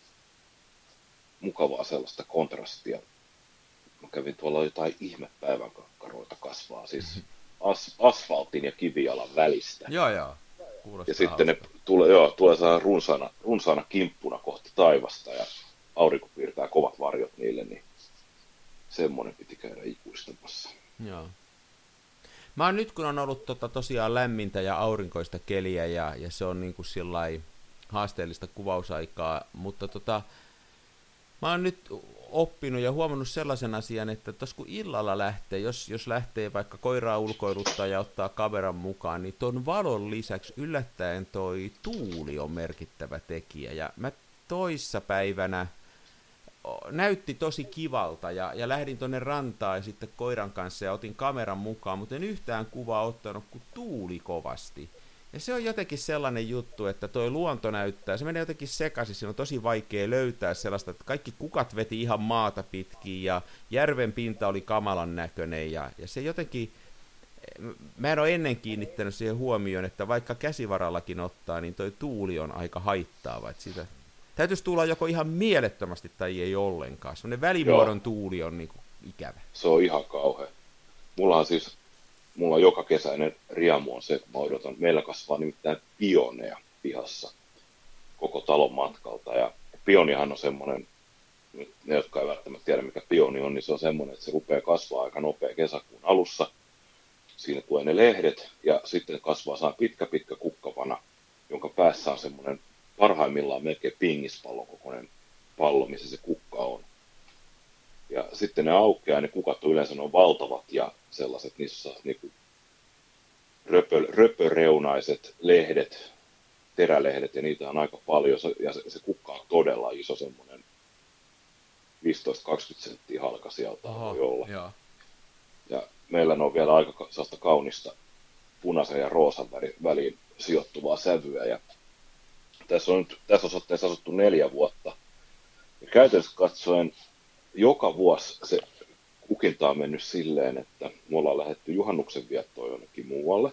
mukavaa sellaista kontrastia. Mä kävin tuolla jotain ihmepäivän kakkaroita kasvaa, siis as, asfaltin ja kivijalan välistä. Joo, joo. Kuulostaa ja sitten hauska. ne tulee, joo, tulee saa runsaana, runsaana kimppuna kohti taivasta ja aurinko piirtää kovat varjot niille, niin semmoinen piti käydä ikuistamassa. Joo. Mä oon nyt, kun on ollut tota, tosiaan lämmintä ja aurinkoista keliä ja, ja se on niin kuin sillai haasteellista kuvausaikaa, mutta tota, mä oon nyt oppinut ja huomannut sellaisen asian, että tos kun illalla lähtee, jos, jos lähtee vaikka koiraa ulkoiluttaa ja ottaa kameran mukaan, niin ton valon lisäksi yllättäen toi tuuli on merkittävä tekijä. Ja mä toissapäivänä näytti tosi kivalta ja, ja lähdin tonne rantaan ja sitten koiran kanssa ja otin kameran mukaan, mutta en yhtään kuvaa ottanut, kun tuuli kovasti. Ja se on jotenkin sellainen juttu, että toi luonto näyttää, se menee jotenkin sekaisin, siinä on tosi vaikea löytää sellaista, että kaikki kukat veti ihan maata pitkin ja järven pinta oli kamalan näköinen ja, ja se jotenkin, mä en ole ennen kiinnittänyt siihen huomioon, että vaikka käsivarallakin ottaa, niin toi tuuli on aika haittaava, että siitä täytyisi tulla joko ihan mielettömästi tai ei ollenkaan, semmoinen välimuodon Joo. tuuli on niin kuin ikävä. Se on ihan kauhea. Mullahan siis Mulla on joka kesäinen riamu on se, että mä odotan. Meillä kasvaa nimittäin pioneja pihassa koko talon matkalta. Ja pionihan on semmoinen, ne jotka ei välttämättä tiedä mikä pioni on, niin se on semmoinen, että se rupeaa kasvaa aika nopea kesäkuun alussa. Siinä tulee ne lehdet ja sitten kasvaa saa pitkä pitkä kukkavana, jonka päässä on semmoinen parhaimmillaan melkein pingispallon kokoinen pallo, missä se kukka on. Ja sitten ne aukeaa ja ne kukat on yleensä on valtavat ja sellaiset, niissä on niinku röpö, röpöreunaiset lehdet, terälehdet ja niitä on aika paljon. Ja se, se kukka on todella iso, semmoinen viisitoista kaksikymmentä senttiä halka sieltä voi olla. Joo. Ja meillä on vielä aika sellaista kaunista punaisen ja roosan väliin sijoittuvaa sävyä. Ja tässä on nyt tässä osoitteessa asuttu neljä vuotta. Ja käytännössä katsoen joka vuosi se kukinta on mennyt silleen, että me ollaan lähdetty juhannuksen viettoon jonnekin muualle.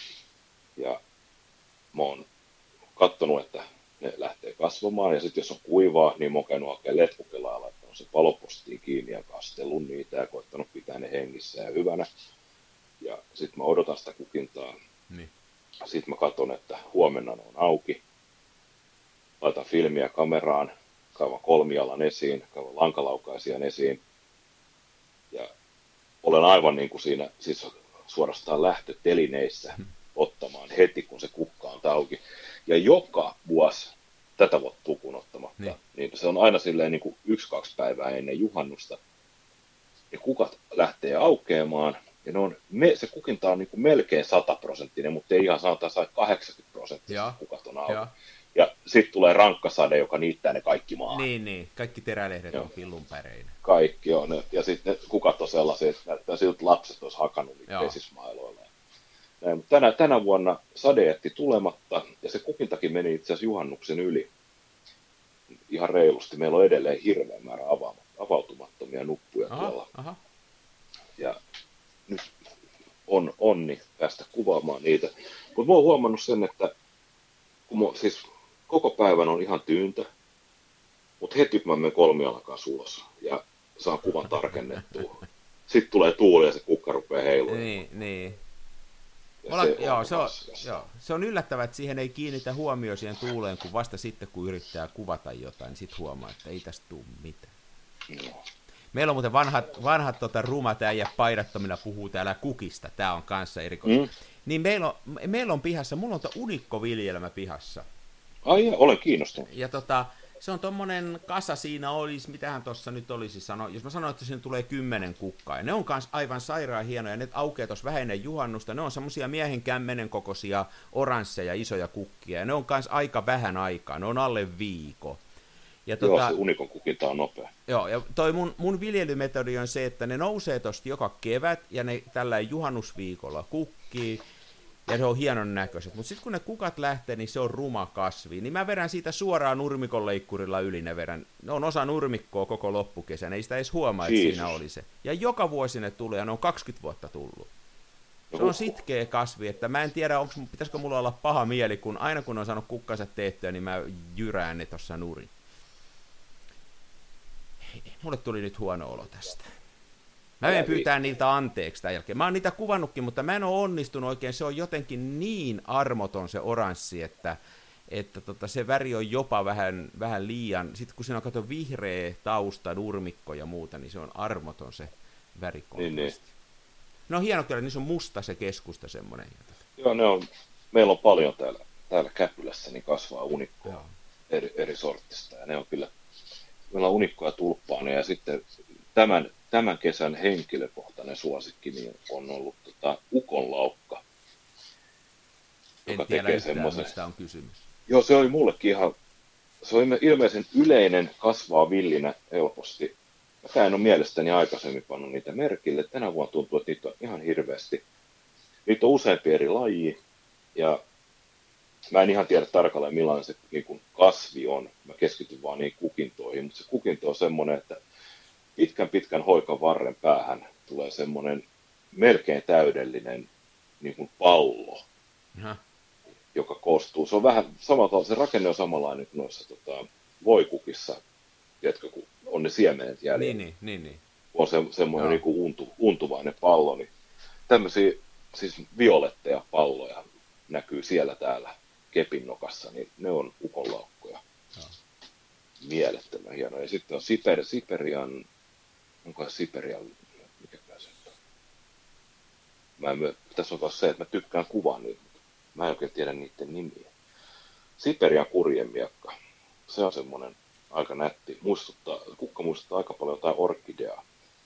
Ja mä oon katsonut, että ne lähtee kasvamaan. Ja sitten jos on kuivaa, niin mä oon käynyt oikein letkukella ja laittanut se palopostiin kiinni ja kastellut niitä ja koittanut pitää ne hengissä ja hyvänä. Ja sitten mä odotan sitä kukintaa. Niin. Sitten mä katson, että huomenna ne on auki. Laitan filmiä kameraan. Kaivan kolmialan esiin, kaivan lankalaukaisijan esiin. Ja olen aivan niin kuin siinä, siis suorastaan lähtötelineissä ottamaan heti, kun se kukka on auki. Ja joka vuosi, tätä vuotta lukuun ottamatta, niin. niin se on aina silleen niin kuin yksi-kaksi päivää ennen juhannusta. Ja kukat lähtee aukeamaan, ja ne on, me, se kukinta on niin kuin melkein sataprosenttinen, mutta ei ihan sanotaan sai kahdeksankymmentä prosenttia kukat on auki. Ja, ja sitten tulee rankkasade, joka niittää ne kaikki maahan. Niin, niin. Kaikki terälehdet Joo. on pillunpäreinä. Kaikki on. Ne. Ja sitten ne kukat on sellaisia, että näyttää siltä, että lapset olisi hakannut niitä vesismailoilla. Näin, mutta tänä, tänä vuonna sade jätti tulematta, ja se kukintakin meni itse asiassa juhannuksen yli. Ihan reilusti. Meillä on edelleen hirveä määrä avautumattomia nuppuja aha, tuolla. Aha. Ja nyt on onni päästä kuvaamaan niitä. Mutta mä oon huomannut sen, että kun mä, siis koko päivän on ihan tyyntä, mutta heti kun mä menen kolmialakaan ulos ja saan kuvan tarkennettua, sitten tulee tuuli ja se kukka rupeaa heilumaan. Niin, niin. Ola, se, joo, on se, on, joo, se on yllättävää, että siihen ei kiinnitä huomioon siihen tuuleen, kun vasta sitten kun yrittää kuvata jotain, niin sitten huomaa, että ei tästä tule mitään. No. Meillä on muuten vanhat, vanhat tota, rumat äijät paidattomina puhuu täällä kukista, tämä on kanssa erikoista. Mm. Niin meillä on, meillä on pihassa, mulla on unikkoviljelmä pihassa. Ai ja, olen kiinnostunut. Ja tota, se on tommonen kasa, siinä olisi, mitähän tuossa nyt olisi sano, jos mä sanoin, että siinä tulee kymmenen kukkaa, ja ne on kans aivan sairaan hienoja, ne aukeaa tuossa vähän ennen juhannusta, ne on semmosia miehen kämmenen kokoisia oransseja isoja kukkia, ja ne on kans aika vähän aikaa, ne on alle viikko. Ja Joo, tota, se unikon kukinta on nopea. Joo, ja toi mun, mun viljelymetodi on se, että ne nousee tosta joka kevät, ja ne tällä juhannusviikolla kukkii, ja ne on hienon näköiset. Mutta sitten kun ne kukat lähtee, niin se on ruma kasvi. Niin mä vedän siitä suoraan nurmikon leikkurilla yli, ne vedän. Ne on osa nurmikkoa koko loppukesän, ei sitä edes huomaa, että Jeesus. siinä oli se. Ja joka vuosi ne tulee, ja ne on kaksikymmentä vuotta tullut. Se on sitkeä kasvi, että mä en tiedä, onks, pitäisikö mulla olla paha mieli, kun aina kun on saanut kukkansa teettyä, niin mä jyrään ne tossa nurin. Mulle tuli nyt huono olo tästä. Mä menen pyytää niiltä anteeksi tämän jälkeen. Mä oon niitä kuvannutkin, mutta mä en ole onnistunut oikein. Se on jotenkin niin armoton se oranssi, että, että tota, se väri on jopa vähän, vähän liian... Sitten kun siinä on kato vihreä tausta, nurmikko ja muuta, niin se on armoton se värikontrasti. Niin, niin. No hieno kyllä, niin se on musta se keskusta semmoinen. Joo, ne on, meillä on paljon täällä, täällä Käpylässä, niin kasvaa unikkoa eri, eri sortista. Ja ne on kyllä, meillä on unikkoja tulppaaneja ja sitten tämän... Tämän kesän henkilökohtainen suosikki niin on ollut tota, ukonlaukka, joka en tiedä tekee semmoisen. Mistä on kysymys. Joo, se oli mullekin ihan, se oli ilmeisen yleinen, kasvaa villinä helposti. Mä en ole mielestäni aikaisemmin pannut niitä merkille. Tänä vuonna tuntuu, että niitä on ihan hirveästi. Niitä on useampi eri laji, ja mä en ihan tiedä tarkalleen millainen se niin kuin kasvi on. Mä keskityn vaan niihin kukintoihin, mutta se kukinto on semmoinen, että pitkän pitkän hoikan varren päähän tulee semmoinen melkein täydellinen niin kuin pallo, Aha. joka koostuu. Se on vähän samalla, se rakenne on samanlainen kuin noissa tota, voikukissa, jotka kun on ne siemenet jäljellä. Niin, niin, niin. On se, semmoinen niin kuin untu, untuvainen pallo. Niin tämmöisiä siis violetteja palloja näkyy siellä täällä kepin nokassa, niin ne on ukonlaukkoja. Aha. Mielettömän hienoja. Ja sitten on Siper, Siperian, onko Siperian, mikä se on? Mä en myö, tässä on taas se, että mä tykkään kuvaa niitä, mutta mä en oikein tiedä niiden nimiä. Siperian kurjemiekka, se on semmoinen aika nätti. Muistuttaa, kukka muistuttaa aika paljon jotain orkideaa.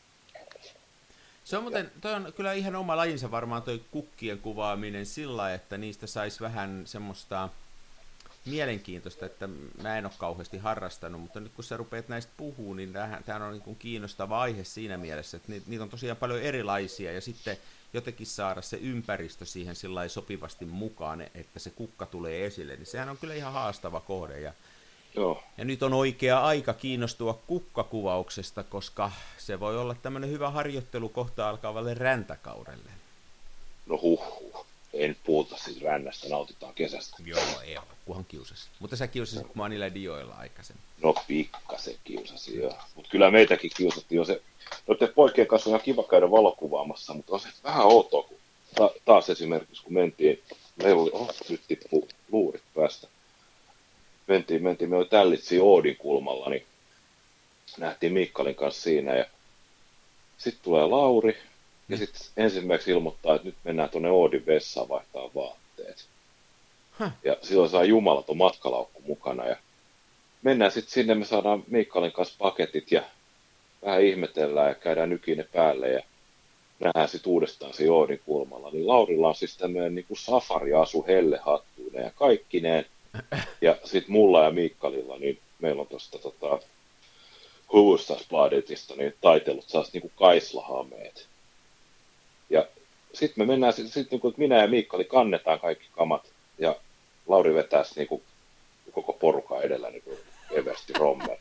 Se on muuten, toi on kyllä ihan oma lajinsa varmaan toi kukkien kuvaaminen sillä, että niistä saisi vähän semmoista mielenkiintoista, että mä en ole kauheasti harrastanut, mutta nyt kun sä rupeat näistä puhua, niin tämä on niin kuin kiinnostava aihe siinä mielessä, että niitä on tosiaan paljon erilaisia ja sitten jotenkin saada se ympäristö siihen sillä sopivasti mukaan, että se kukka tulee esille, niin sehän on kyllä ihan haastava kohde. Ja, Joo. ja nyt on oikea aika kiinnostua kukkakuvauksesta, koska se voi olla tämmöinen hyvä harjoittelu kohta alkavalle räntäkaudelle. No huh, ei nyt puhuta siis rännästä, nautitaan kesästä. Joo, ei ole, kunhan kiusasin. Mutta sä kiusasit, kun mä oon niillä dioilla aikaisemmin. No pikkasen kiusasin, joo. Mutta kyllä meitäkin kiusattiin jo se. Noiden poikien kanssa on ihan kiva käydä valokuvaamassa, mutta on se vähän outoa, kun ta- taas esimerkiksi kun mentiin, meillä oli, oh, nyt tippuu luurit päästä. Mentiin, mentiin, me oli Tällitsi Oodin kulmalla, niin nähtiin Mikkalin kanssa siinä ja sitten tulee Lauri ja sitten ensimmäiseksi ilmoittaa, että nyt mennään tuonne Oodin vessaan vaihtaa vaatteet. Huh. Ja silloin saa jumalaton matkalaukku mukana ja mennään sitten sinne, me saadaan Mikkalin kanssa paketit ja vähän ihmetellään ja käydään nykine päälle ja nähdään sitten uudestaan siinä Oodin kulmalla. Niin Laurilla on siis tämmöinen niin kuin safari-asu hellehattuinen ja kaikkineen. Ja sitten mulla ja Mikkalilla, niin meillä on tuosta tota, Hufvudstadsbladetista niin taitellut sellaiset niin kuin kaislahameet. Ja sitten me mennään, sitten sit, niin kuin, minä ja Mikkali kannetaan kaikki kamat ja Lauri vetää niin kuin, koko porukan edellä niin kuin Eversti Rommel.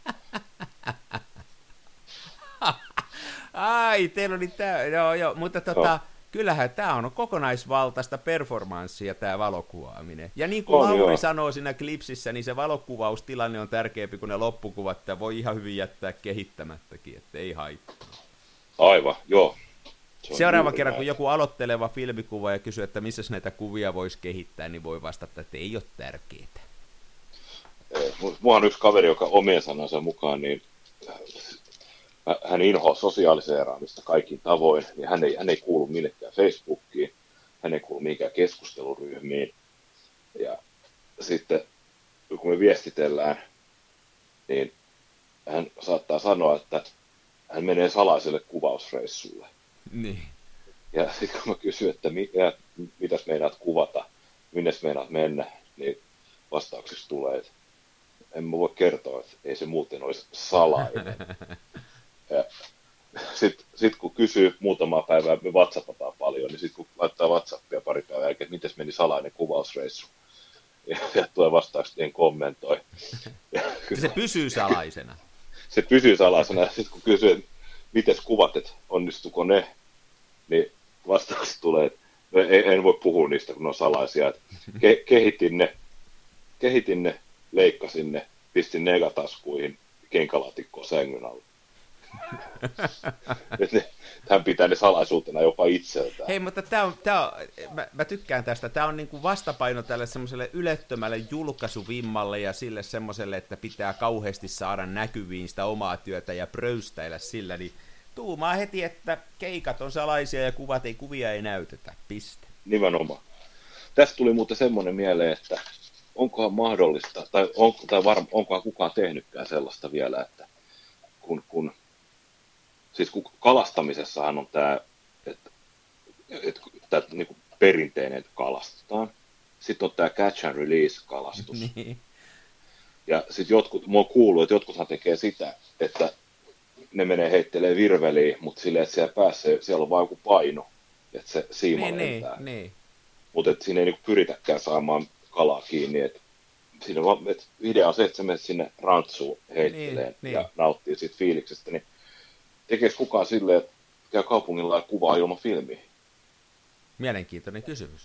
Ai, teillä oli tämä, joo, joo, mutta tota, no. Kyllähän tämä on kokonaisvaltaista performanssia, tämä valokuvaaminen. Ja niin kuin on, Lauri joo. sanoo siinä klipsissä, niin se valokuvaustilanne on tärkeämpi kuin ne loppukuvat, että voi ihan hyvin jättää kehittämättäkin, että ei haittaa. Aivan, joo. Se Seuraava kerran, näin. Kun joku aloitteleva filmikuva ja kysyy, että missä näitä kuvia voisi kehittää, niin voi vastata, että ei ole tärkeää. Mua on yksi kaveri, joka omien sanansa mukaan, niin hän inhoaa sosiaaliseeraamista kaikin tavoin, niin hän ei, hän ei kuulu millekään Facebookiin, hän ei kuulu mihinkään keskusteluryhmiin. Ja sitten kun me viestitellään, niin hän saattaa sanoa, että hän menee salaiselle kuvausreissulle. Niin. Ja sitten kun mä kysyn, että mikä, mitäs meinaat kuvata, minne meinaat mennä, niin vastaukseksi tulee, että en mä voi kertoa, että ei se muuten olisi salainen. Ja sitten sit kun kysyy muutamaa päivää, me WhatsAppataan paljon, niin sitten kun laittaa WhatsAppia pari päivää jälkeen, että miten meni salainen kuvausreissu, ja, ja tulee vastaukset, en kommentoi. Ja, se pysyy salaisena. Se pysyy salaisena, ja sitten kun kysyy, että miten kuvat, että onnistuko ne, niin vastaukset tulee, että en, en voi puhua niistä, kun ne on salaisia. Että ke, kehitin ne, kehitin ne, leikkasin ne, pistin negataskuihin, kenkälaatikkoon sängyn alle. Hän pitää ne salaisuutena jopa itseltään. Hei, mutta tää on, tää on, mä, mä tykkään tästä. Tämä on niinku vastapaino tälle semmoiselle ylettömälle julkaisuvimmalle ja sille semmoiselle, että pitää kauheasti saada näkyviin sitä omaa työtä ja pröystäillä sillä, niin tuumaa heti, että keikat on salaisia ja kuvat ei, kuvia ei näytetä. Piste. Nimenomaan. Tästä tuli muuten semmoinen mieleen, että onkohan mahdollista, tai, on, tai varm, onkohan kukaan tehnytkään sellaista vielä, että kun, kun siis kun kalastamisessahan on tämä, että, että, että niin kuin perinteinen, että kalastetaan. Sitten on tämä catch and release kalastus. Niin. Ja sitten jotkut, mä oon kuullut, että jotkuthan tekee sitä, että ne menee heittelee virveliin, mutta silleen, että siellä päässä, siellä on vaan joku paino, että se siima niin, lentää. Niin, niin. Mutta siinä ei niinku pyritäkään saamaan kalaa kiinni. Et siinä vaan, et idea on se, että sä menet sinne rantsuun heitteleen niin, ja niin. nauttii siitä fiiliksestä. Niin tekeekö kukaan silleen, että käy kaupungilla ja kuvaa ilman filmiä? Mielenkiintoinen kysymys.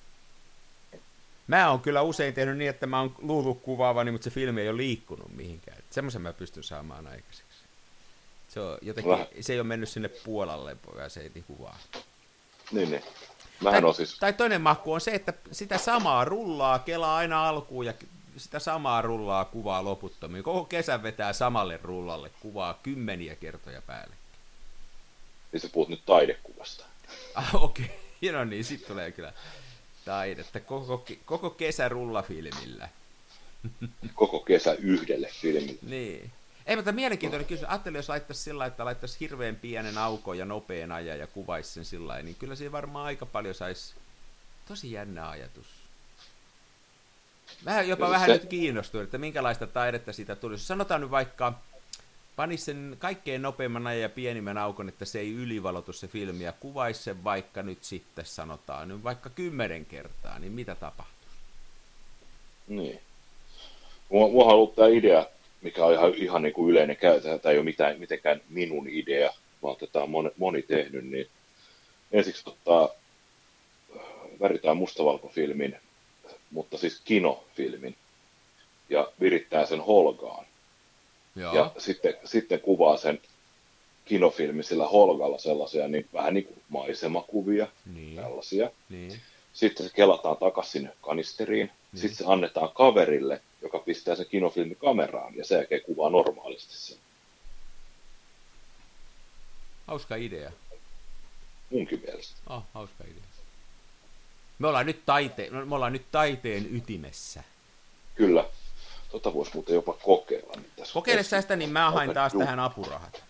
Mä oon kyllä usein tehnyt niin, että mä oon luullut kuvaavani, mutta se filmi ei ole liikkunut mihinkään. Semmoisen mä pystyn saamaan aikaiseksi. Se, on jotenkin, se ei ole mennyt sinne puolalle, ja se ei kuvaa. Niin, niin. Mähän Tai, on siis... tai toinen mahku on se, että sitä samaa rullaa, kelaa aina alkuun ja sitä samaa rullaa kuvaa loputtomiin. Koko kesän vetää samalle rullalle kuvaa kymmeniä kertoja päälle. Niin sä puhut nyt taidekuvasta. Ah, okei, okay. No niin, sit tulee kyllä taidetta. Koko, koko kesä rullafilmillä. Koko kesä yhdelle filmille. Niin. Ei, mutta mielenkiintoinen kysymys. Ajattelin, jos laittaisi sillä että laittaisi hirveän pienen aukon ja nopean ajan ja kuvaisi sen sillä lailla, niin kyllä siinä varmaan aika paljon saisi. Tosi jännä ajatus. Vähän jopa se, vähän se... nyt kiinnostuin, että minkälaista taidetta siitä tulisi. Sanotaan nyt vaikka, panisi sen kaikkein nopeimman ajan ja pienimmän aukon, että se ei ylivalotu se filmi ja kuvaisi sen vaikka nyt sitten sanotaan, nyt vaikka kymmenen kertaa, niin mitä tapahtuu? Niin. Mua, mua on ollut tämä idea, mikä on ihan, ihan niin kuin yleinen käytäntö, tämä ei ole mitään, mitenkään minun idea, vaan tätä on moni, moni tehnyt, niin ensiksi ottaa, väritään mustavalkofilmin, mutta siis kinofilmin, ja virittää sen holgaan. Joo. Ja sitten, sitten kuvaa sen kinofilmin sillä holgalla sellaisia, niin vähän niin kuin maisemakuvia, niin. tällaisia. Niin. Sitten se kelataan takaisin sinne kanisteriin, niin. Sitten se annetaan kaverille, joka pistää sen kinofilmin kameraan, ja sen jälkeen kuvaa normaalisti sen. Hauska idea. Munkin mielestä. Oh, hauska idea. Me ollaan nyt, taite- me ollaan nyt taiteen ytimessä. Kyllä. Tota voisi muuten jopa kokeilla. Niin tässä Kokeile sä sitä, niin mä hain taas tähän apurahat.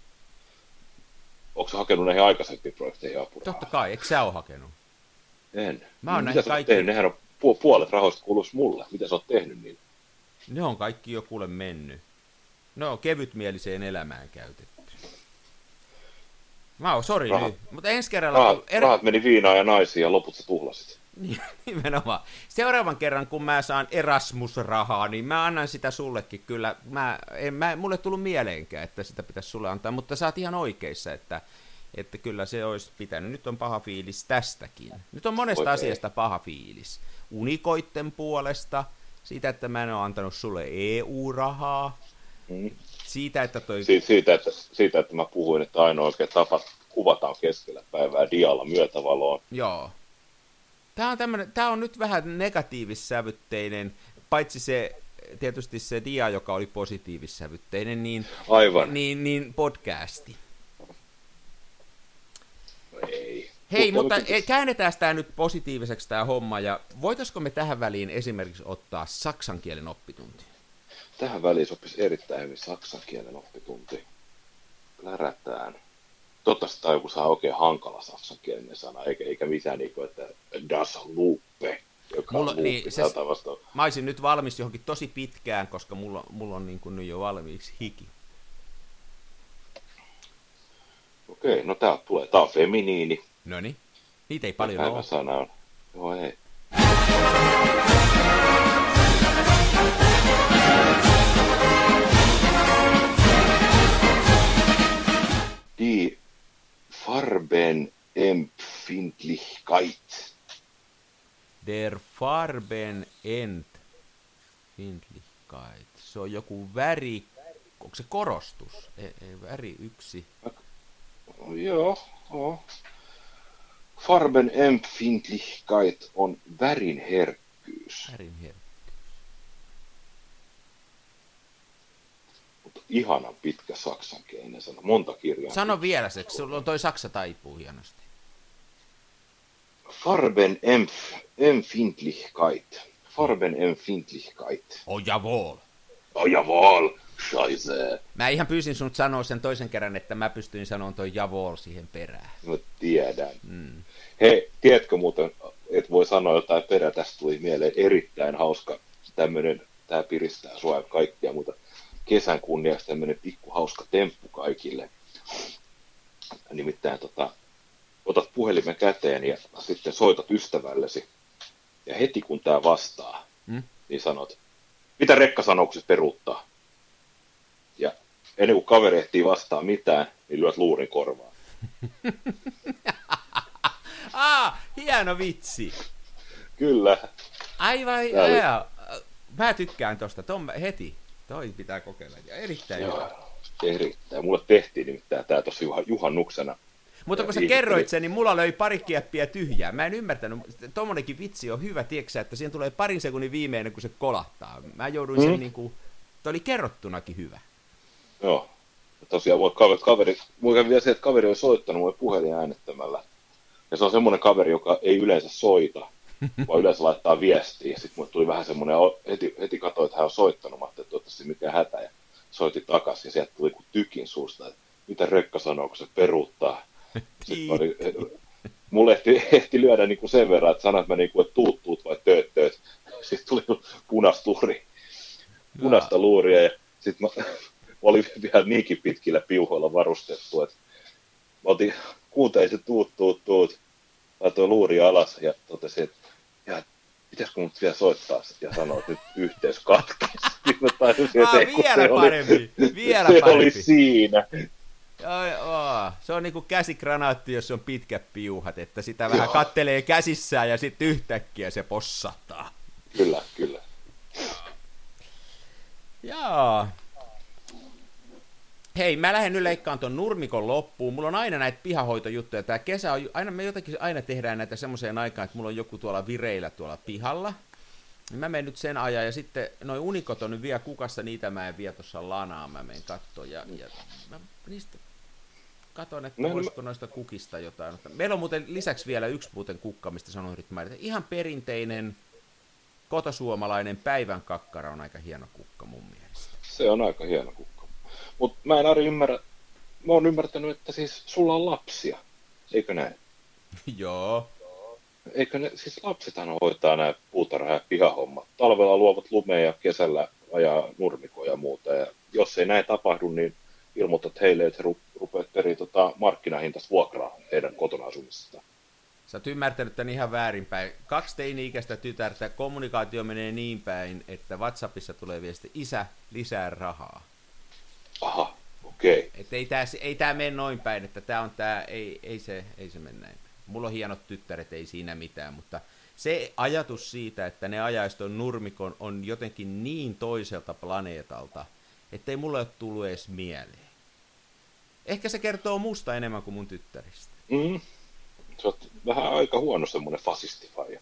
Onko sä hakenut näihin aikaisempiin projekteihin apurahaa? Totta kai, eikö sä ole hakenut? En. Mä oon Mitä näihin sä kaikki... tehnyt? Nehän on puolet rahoista kuuluisi mulle. Mitä sä oot tehnyt niin? Ne on kaikki jo kuule mennyt. Ne on kevytmieliseen elämään käytetty. Mä oon, sori nyt, mutta ensi kerralla... Rahat, er... rahat meni viinaan ja naisiin ja loput sä tuhlasit. Nimenomaan. Seuraavan kerran, kun mä saan Erasmus-rahaa, niin mä annan sitä sullekin kyllä. Mä, en, mä, mulle ei tullut mieleenkään, että sitä pitäisi sulle antaa, mutta sä oot ihan oikeissa, että, että kyllä se olisi pitänyt. Nyt on paha fiilis tästäkin. Nyt on monesta Oikein. asiasta paha fiilis. Unikoitten puolesta, siitä, että mä en ole antanut sulle E U-rahaa, Mm. siitä, että toi... Si- siitä, että, siitä, että mä puhuin, että ainoa oikea tapa kuvataan keskellä päivää dialla myötävaloon. Joo. Tämä on, tämmönen, tämä on nyt vähän negatiivissävytteinen, paitsi se tietysti se dia, joka oli positiivissävytteinen, niin, Aivan. niin, niin podcasti. Ei. Hei, mutta, mutta ei, käännetään tämä nyt positiiviseksi tämä homma, ja voitaisiko me tähän väliin esimerkiksi ottaa saksan kielen oppitunti? Tähän väliin sopisi erittäin hyvin saksan kielen oppitunti. Lärätään. Toivottavasti tämä joku saa oikein hankala saksankielinen sana, eikä, eikä mitään niin kuin, että das Lupe, joka mulla, on niin, se, mä olisin nyt valmis johonkin tosi pitkään, koska mulla, mulla on niin kuin nyt jo valmiiksi hiki. Okei, no tää tulee. Tää on feminiini. Noniin. Niitä ei paljon ole. Päiväsana on. Joo, ei. Die Farbenempfindlichkeit. Der Farbenempfindlichkeit. Se on joku väri, onko se korostus? Ei, ei väri yksi. Joo, joo. Farbenempfindlichkeit on värinherkkyys. Värinherkkyys. Mutta ihanan pitkä saksankielinen sana, monta kirjaa. Sano vielä se, sulla on toi saksa taipuu hienosti. Farbenempfindlichkeit. Farbenempfindlichkeit. Oh jawohl. Oh jawohl. Scheisse. Mä ihan pyysin sinut sanoa sen toisen kerran, että mä pystyin sanomaan toi jawohl siihen perään. Mä tiedän. Mm. Hei, tiedätkö muuten, että voi sanoa jotain perään, tästä tuli mieleen erittäin hauska tämmönen, tää piristää sua ja kaikkia, mutta kesän kunniaksi tämmönen pikku hauska temppu kaikille. Nimittäin tota, otat puhelimen käteen ja sitten soitat ystävällesi. Ja heti kun tää vastaa, mm? niin sanot, mitä rekkasanokset peruuttaa? Ja ennen kuin kaveri ehtii vastaa mitään, niin lyöt luurin korvaan. ah, hieno vitsi. Kyllä. Aivan, aivan. Mä tykkään tosta, Tom, heti. Toi pitää kokeilla. Ja erittäin Joo, hyvä. Erittäin. Mulle tehtiin nimittäin tää tossa juhannuksena. Mutta kun sä kerroit sen, niin mulla löi pari kieppiä tyhjää. Mä en ymmärtänyt. Tommonenkin vitsi on hyvä, tiedätkö, että siihen tulee parin sekunnin viimeinen, kun se kolahtaa. Mä jouduin sen mm. niin kuin, toi oli kerrottunakin hyvä. Joo. Tosiaan kaveri, kaveri mulla kävi vielä se, että kaveri oli soittanut mulle puhelin äänettämällä. Ja se on semmoinen kaveri, joka ei yleensä soita, vaan yleensä laittaa viestiä. Sitten mulle tuli vähän semmoinen, heti, heti katsoin, että hän on soittanut, mä ajattelin, että toivottavasti mikään hätä. Ja soitin takaisin ja sieltä tuli kuin tykin suusta, että mitä rekka sanoo, kun se peruuttaa. Sitten oli, mulle ehti, ehti lyödä niin kuin sen verran, että sanoin, että mä niin kuin, että tuut, tuut vai tööt, tööt. Sitten tuli punaista luuria, punaista luuria ja sitten mä, mä olin vielä niinkin pitkillä piuhoilla varustettu, että mä otin, kuuntelin se tuut, tuut, tuut, laitoin luuria alas ja totesin, että ja, pitäisikö mut vielä soittaa ja sanoa, että nyt yhteys katkesi. ah, vielä parempi, oli, vielä se parempi. oli siinä. Joo, se on niinku käsikranaatti, jos on pitkät piuhat, että sitä vähän kattelee käsissään ja sitten yhtäkkiä se possahtaa. Kyllä, kyllä. Joo. Hei, mä lähden nyt leikkaan ton nurmikon loppuun. Mulla on aina näitä pihahoitojuttuja. Tää kesä on, aina, me jotenkin aina tehdään näitä semmoiseen aikaan, että mulla on joku tuolla vireillä tuolla pihalla. Mä menen nyt sen ajan ja sitten noi unikot on nyt vielä kukassa, niitä mä en vie tuossa lanaan, mä menen katsomaan ja, ja mä niistä katon, että no, voisiko mä... noista kukista jotain. Meillä on muuten lisäksi vielä yksi muuten kukka, mistä sanoin yritin mainita. Ihan perinteinen kotosuomalainen päivän kakkara on aika hieno kukka mun mielestä. Se on aika hieno kukka. Mutta mä en Ari ymmärrä, mä oon ymmärtänyt, että siis sulla on lapsia, eikö näin? Joo. Eikö ne, siis lapsethan hoitaa nämä puutarha- ja pihahommat. Talvella luovat lumea ja kesällä ajaa nurmikoja ja muuta. Ja jos ei näin tapahdu, niin ilmoitat heille, että he rupeat periä tota markkinahintaista vuokraa heidän kotona asumisestaan. Sä oot ymmärtänyt tämän ihan väärinpäin. Kaksi teini-ikäistä tytärtä, kommunikaatio menee niin päin, että WhatsAppissa tulee viesti, isä, lisää rahaa. Aha, okei. Okay. Että ei tää, ei tää mene noin päin, että tää on tää, ei, ei, se, ei se mene näin. Mulla on hienot tyttäret, ei siinä mitään, mutta se ajatus siitä, että ne ajaisi ton nurmikon on jotenkin niin toiselta planeetalta, ettei mulle ole tullut edes mieleen. Ehkä se kertoo musta enemmän kuin mun tyttäristä. Mm. Se on vähän aika huono semmoinen fasistifaija.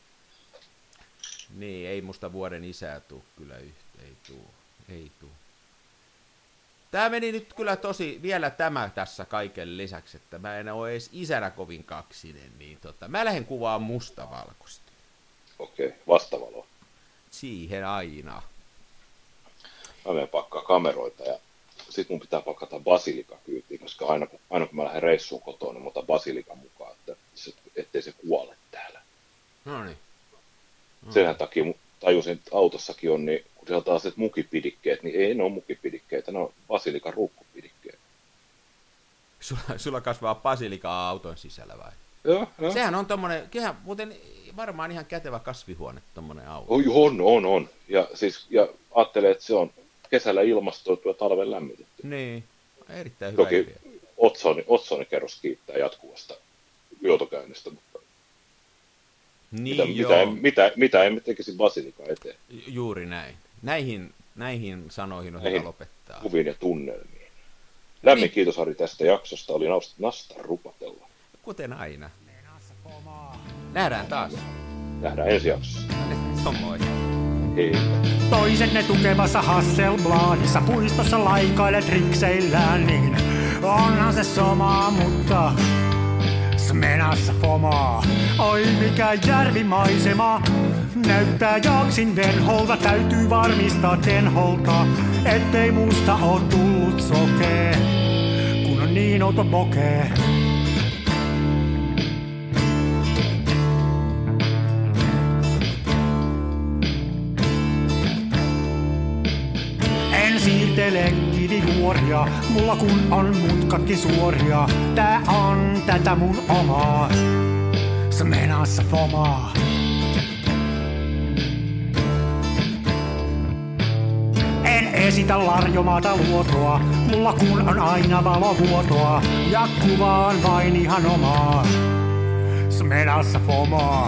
Niin, ei musta vuoden isää tuu kyllä yhtä, ei tuu, ei tuu. Tämä meni nyt kyllä tosi, vielä tämä tässä kaiken lisäksi, että mä en ole edes isänä kovin kaksinen, niin tota, mä lähden kuvaan mustavalkoista. Okei, okay, vastavalo. Siihen aina. Mä menen pakkaa kameroita ja sit mun pitää pakata basilika kyytiin, koska aina kun, aina kun mä lähden reissuun kotoa, niin mä otan basilikan mukaan, että se, ettei se kuole täällä. No niin. No. Senhän takia tajusin, että autossakin on, niin kun siellä on taas mukipidikkeet, niin ei ne ole mukipidikkeitä, ne on basilikan ruukkupidikkeet. Sulla, sulla kasvaa basilikaa auton sisällä vai? Joo, joo. Sehän on tommonen, kyllähän muuten varmaan ihan kätevä kasvihuone tommonen auto. Oi, on, on, on. Ja, siis, ja ajattelee, että se on kesällä ilmastoitu ja talven lämmitetty. Niin, erittäin hyvä Toki idea. Otsoni, Otsoni-kerros kiittää jatkuvasta juotokäynnistä, mutta Niin, mitä, mitä, en, mitä, mitä emme tekisi basilikan eteen. Juuri näin. Näihin, näihin sanoihin on Näihin hyvä lopettaa. kuviin ja tunnelmiin. Lämmin Niin. kiitos Ari tästä jaksosta, oli nasta rupatella. Kuten aina. Nähdään taas. Nähdään ensi jaksossa. Moi. Hei. Toisenne tukevassa Hasselbladissa puistossa laikailet rikseillään, niin onhan se sama, mutta Smenassa fomaa. Oi mikä järvimaisema, näyttää jaksin venholta, täytyy varmistaa tenholta, ettei musta oo tullut sokee, kun on niin outo bokee. Siirtele kivijuoria, mulla kun on mutkatkin suoria. Tää on tätä mun omaa, Smenassa fomaa. En esitä larjomaata luotoa, mulla kun on aina valovuotoa. Ja kuvaan vain ihan omaa, Smenassa fomaa.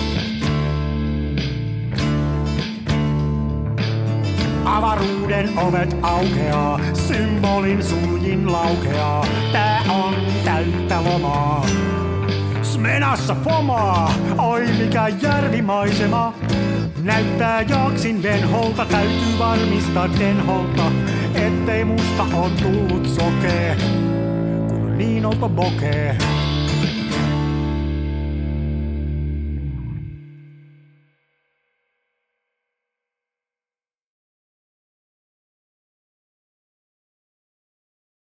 Avaruuden ovet aukeaa, symbolin suljin laukeaa. Tää on täyttä lomaa, Smenassa fomaa. Oi mikä järvimaisema, näyttää jaksin venholta, täytyy varmistaa tenholta, ettei musta on tullut sokee, kun on niin outo bokee.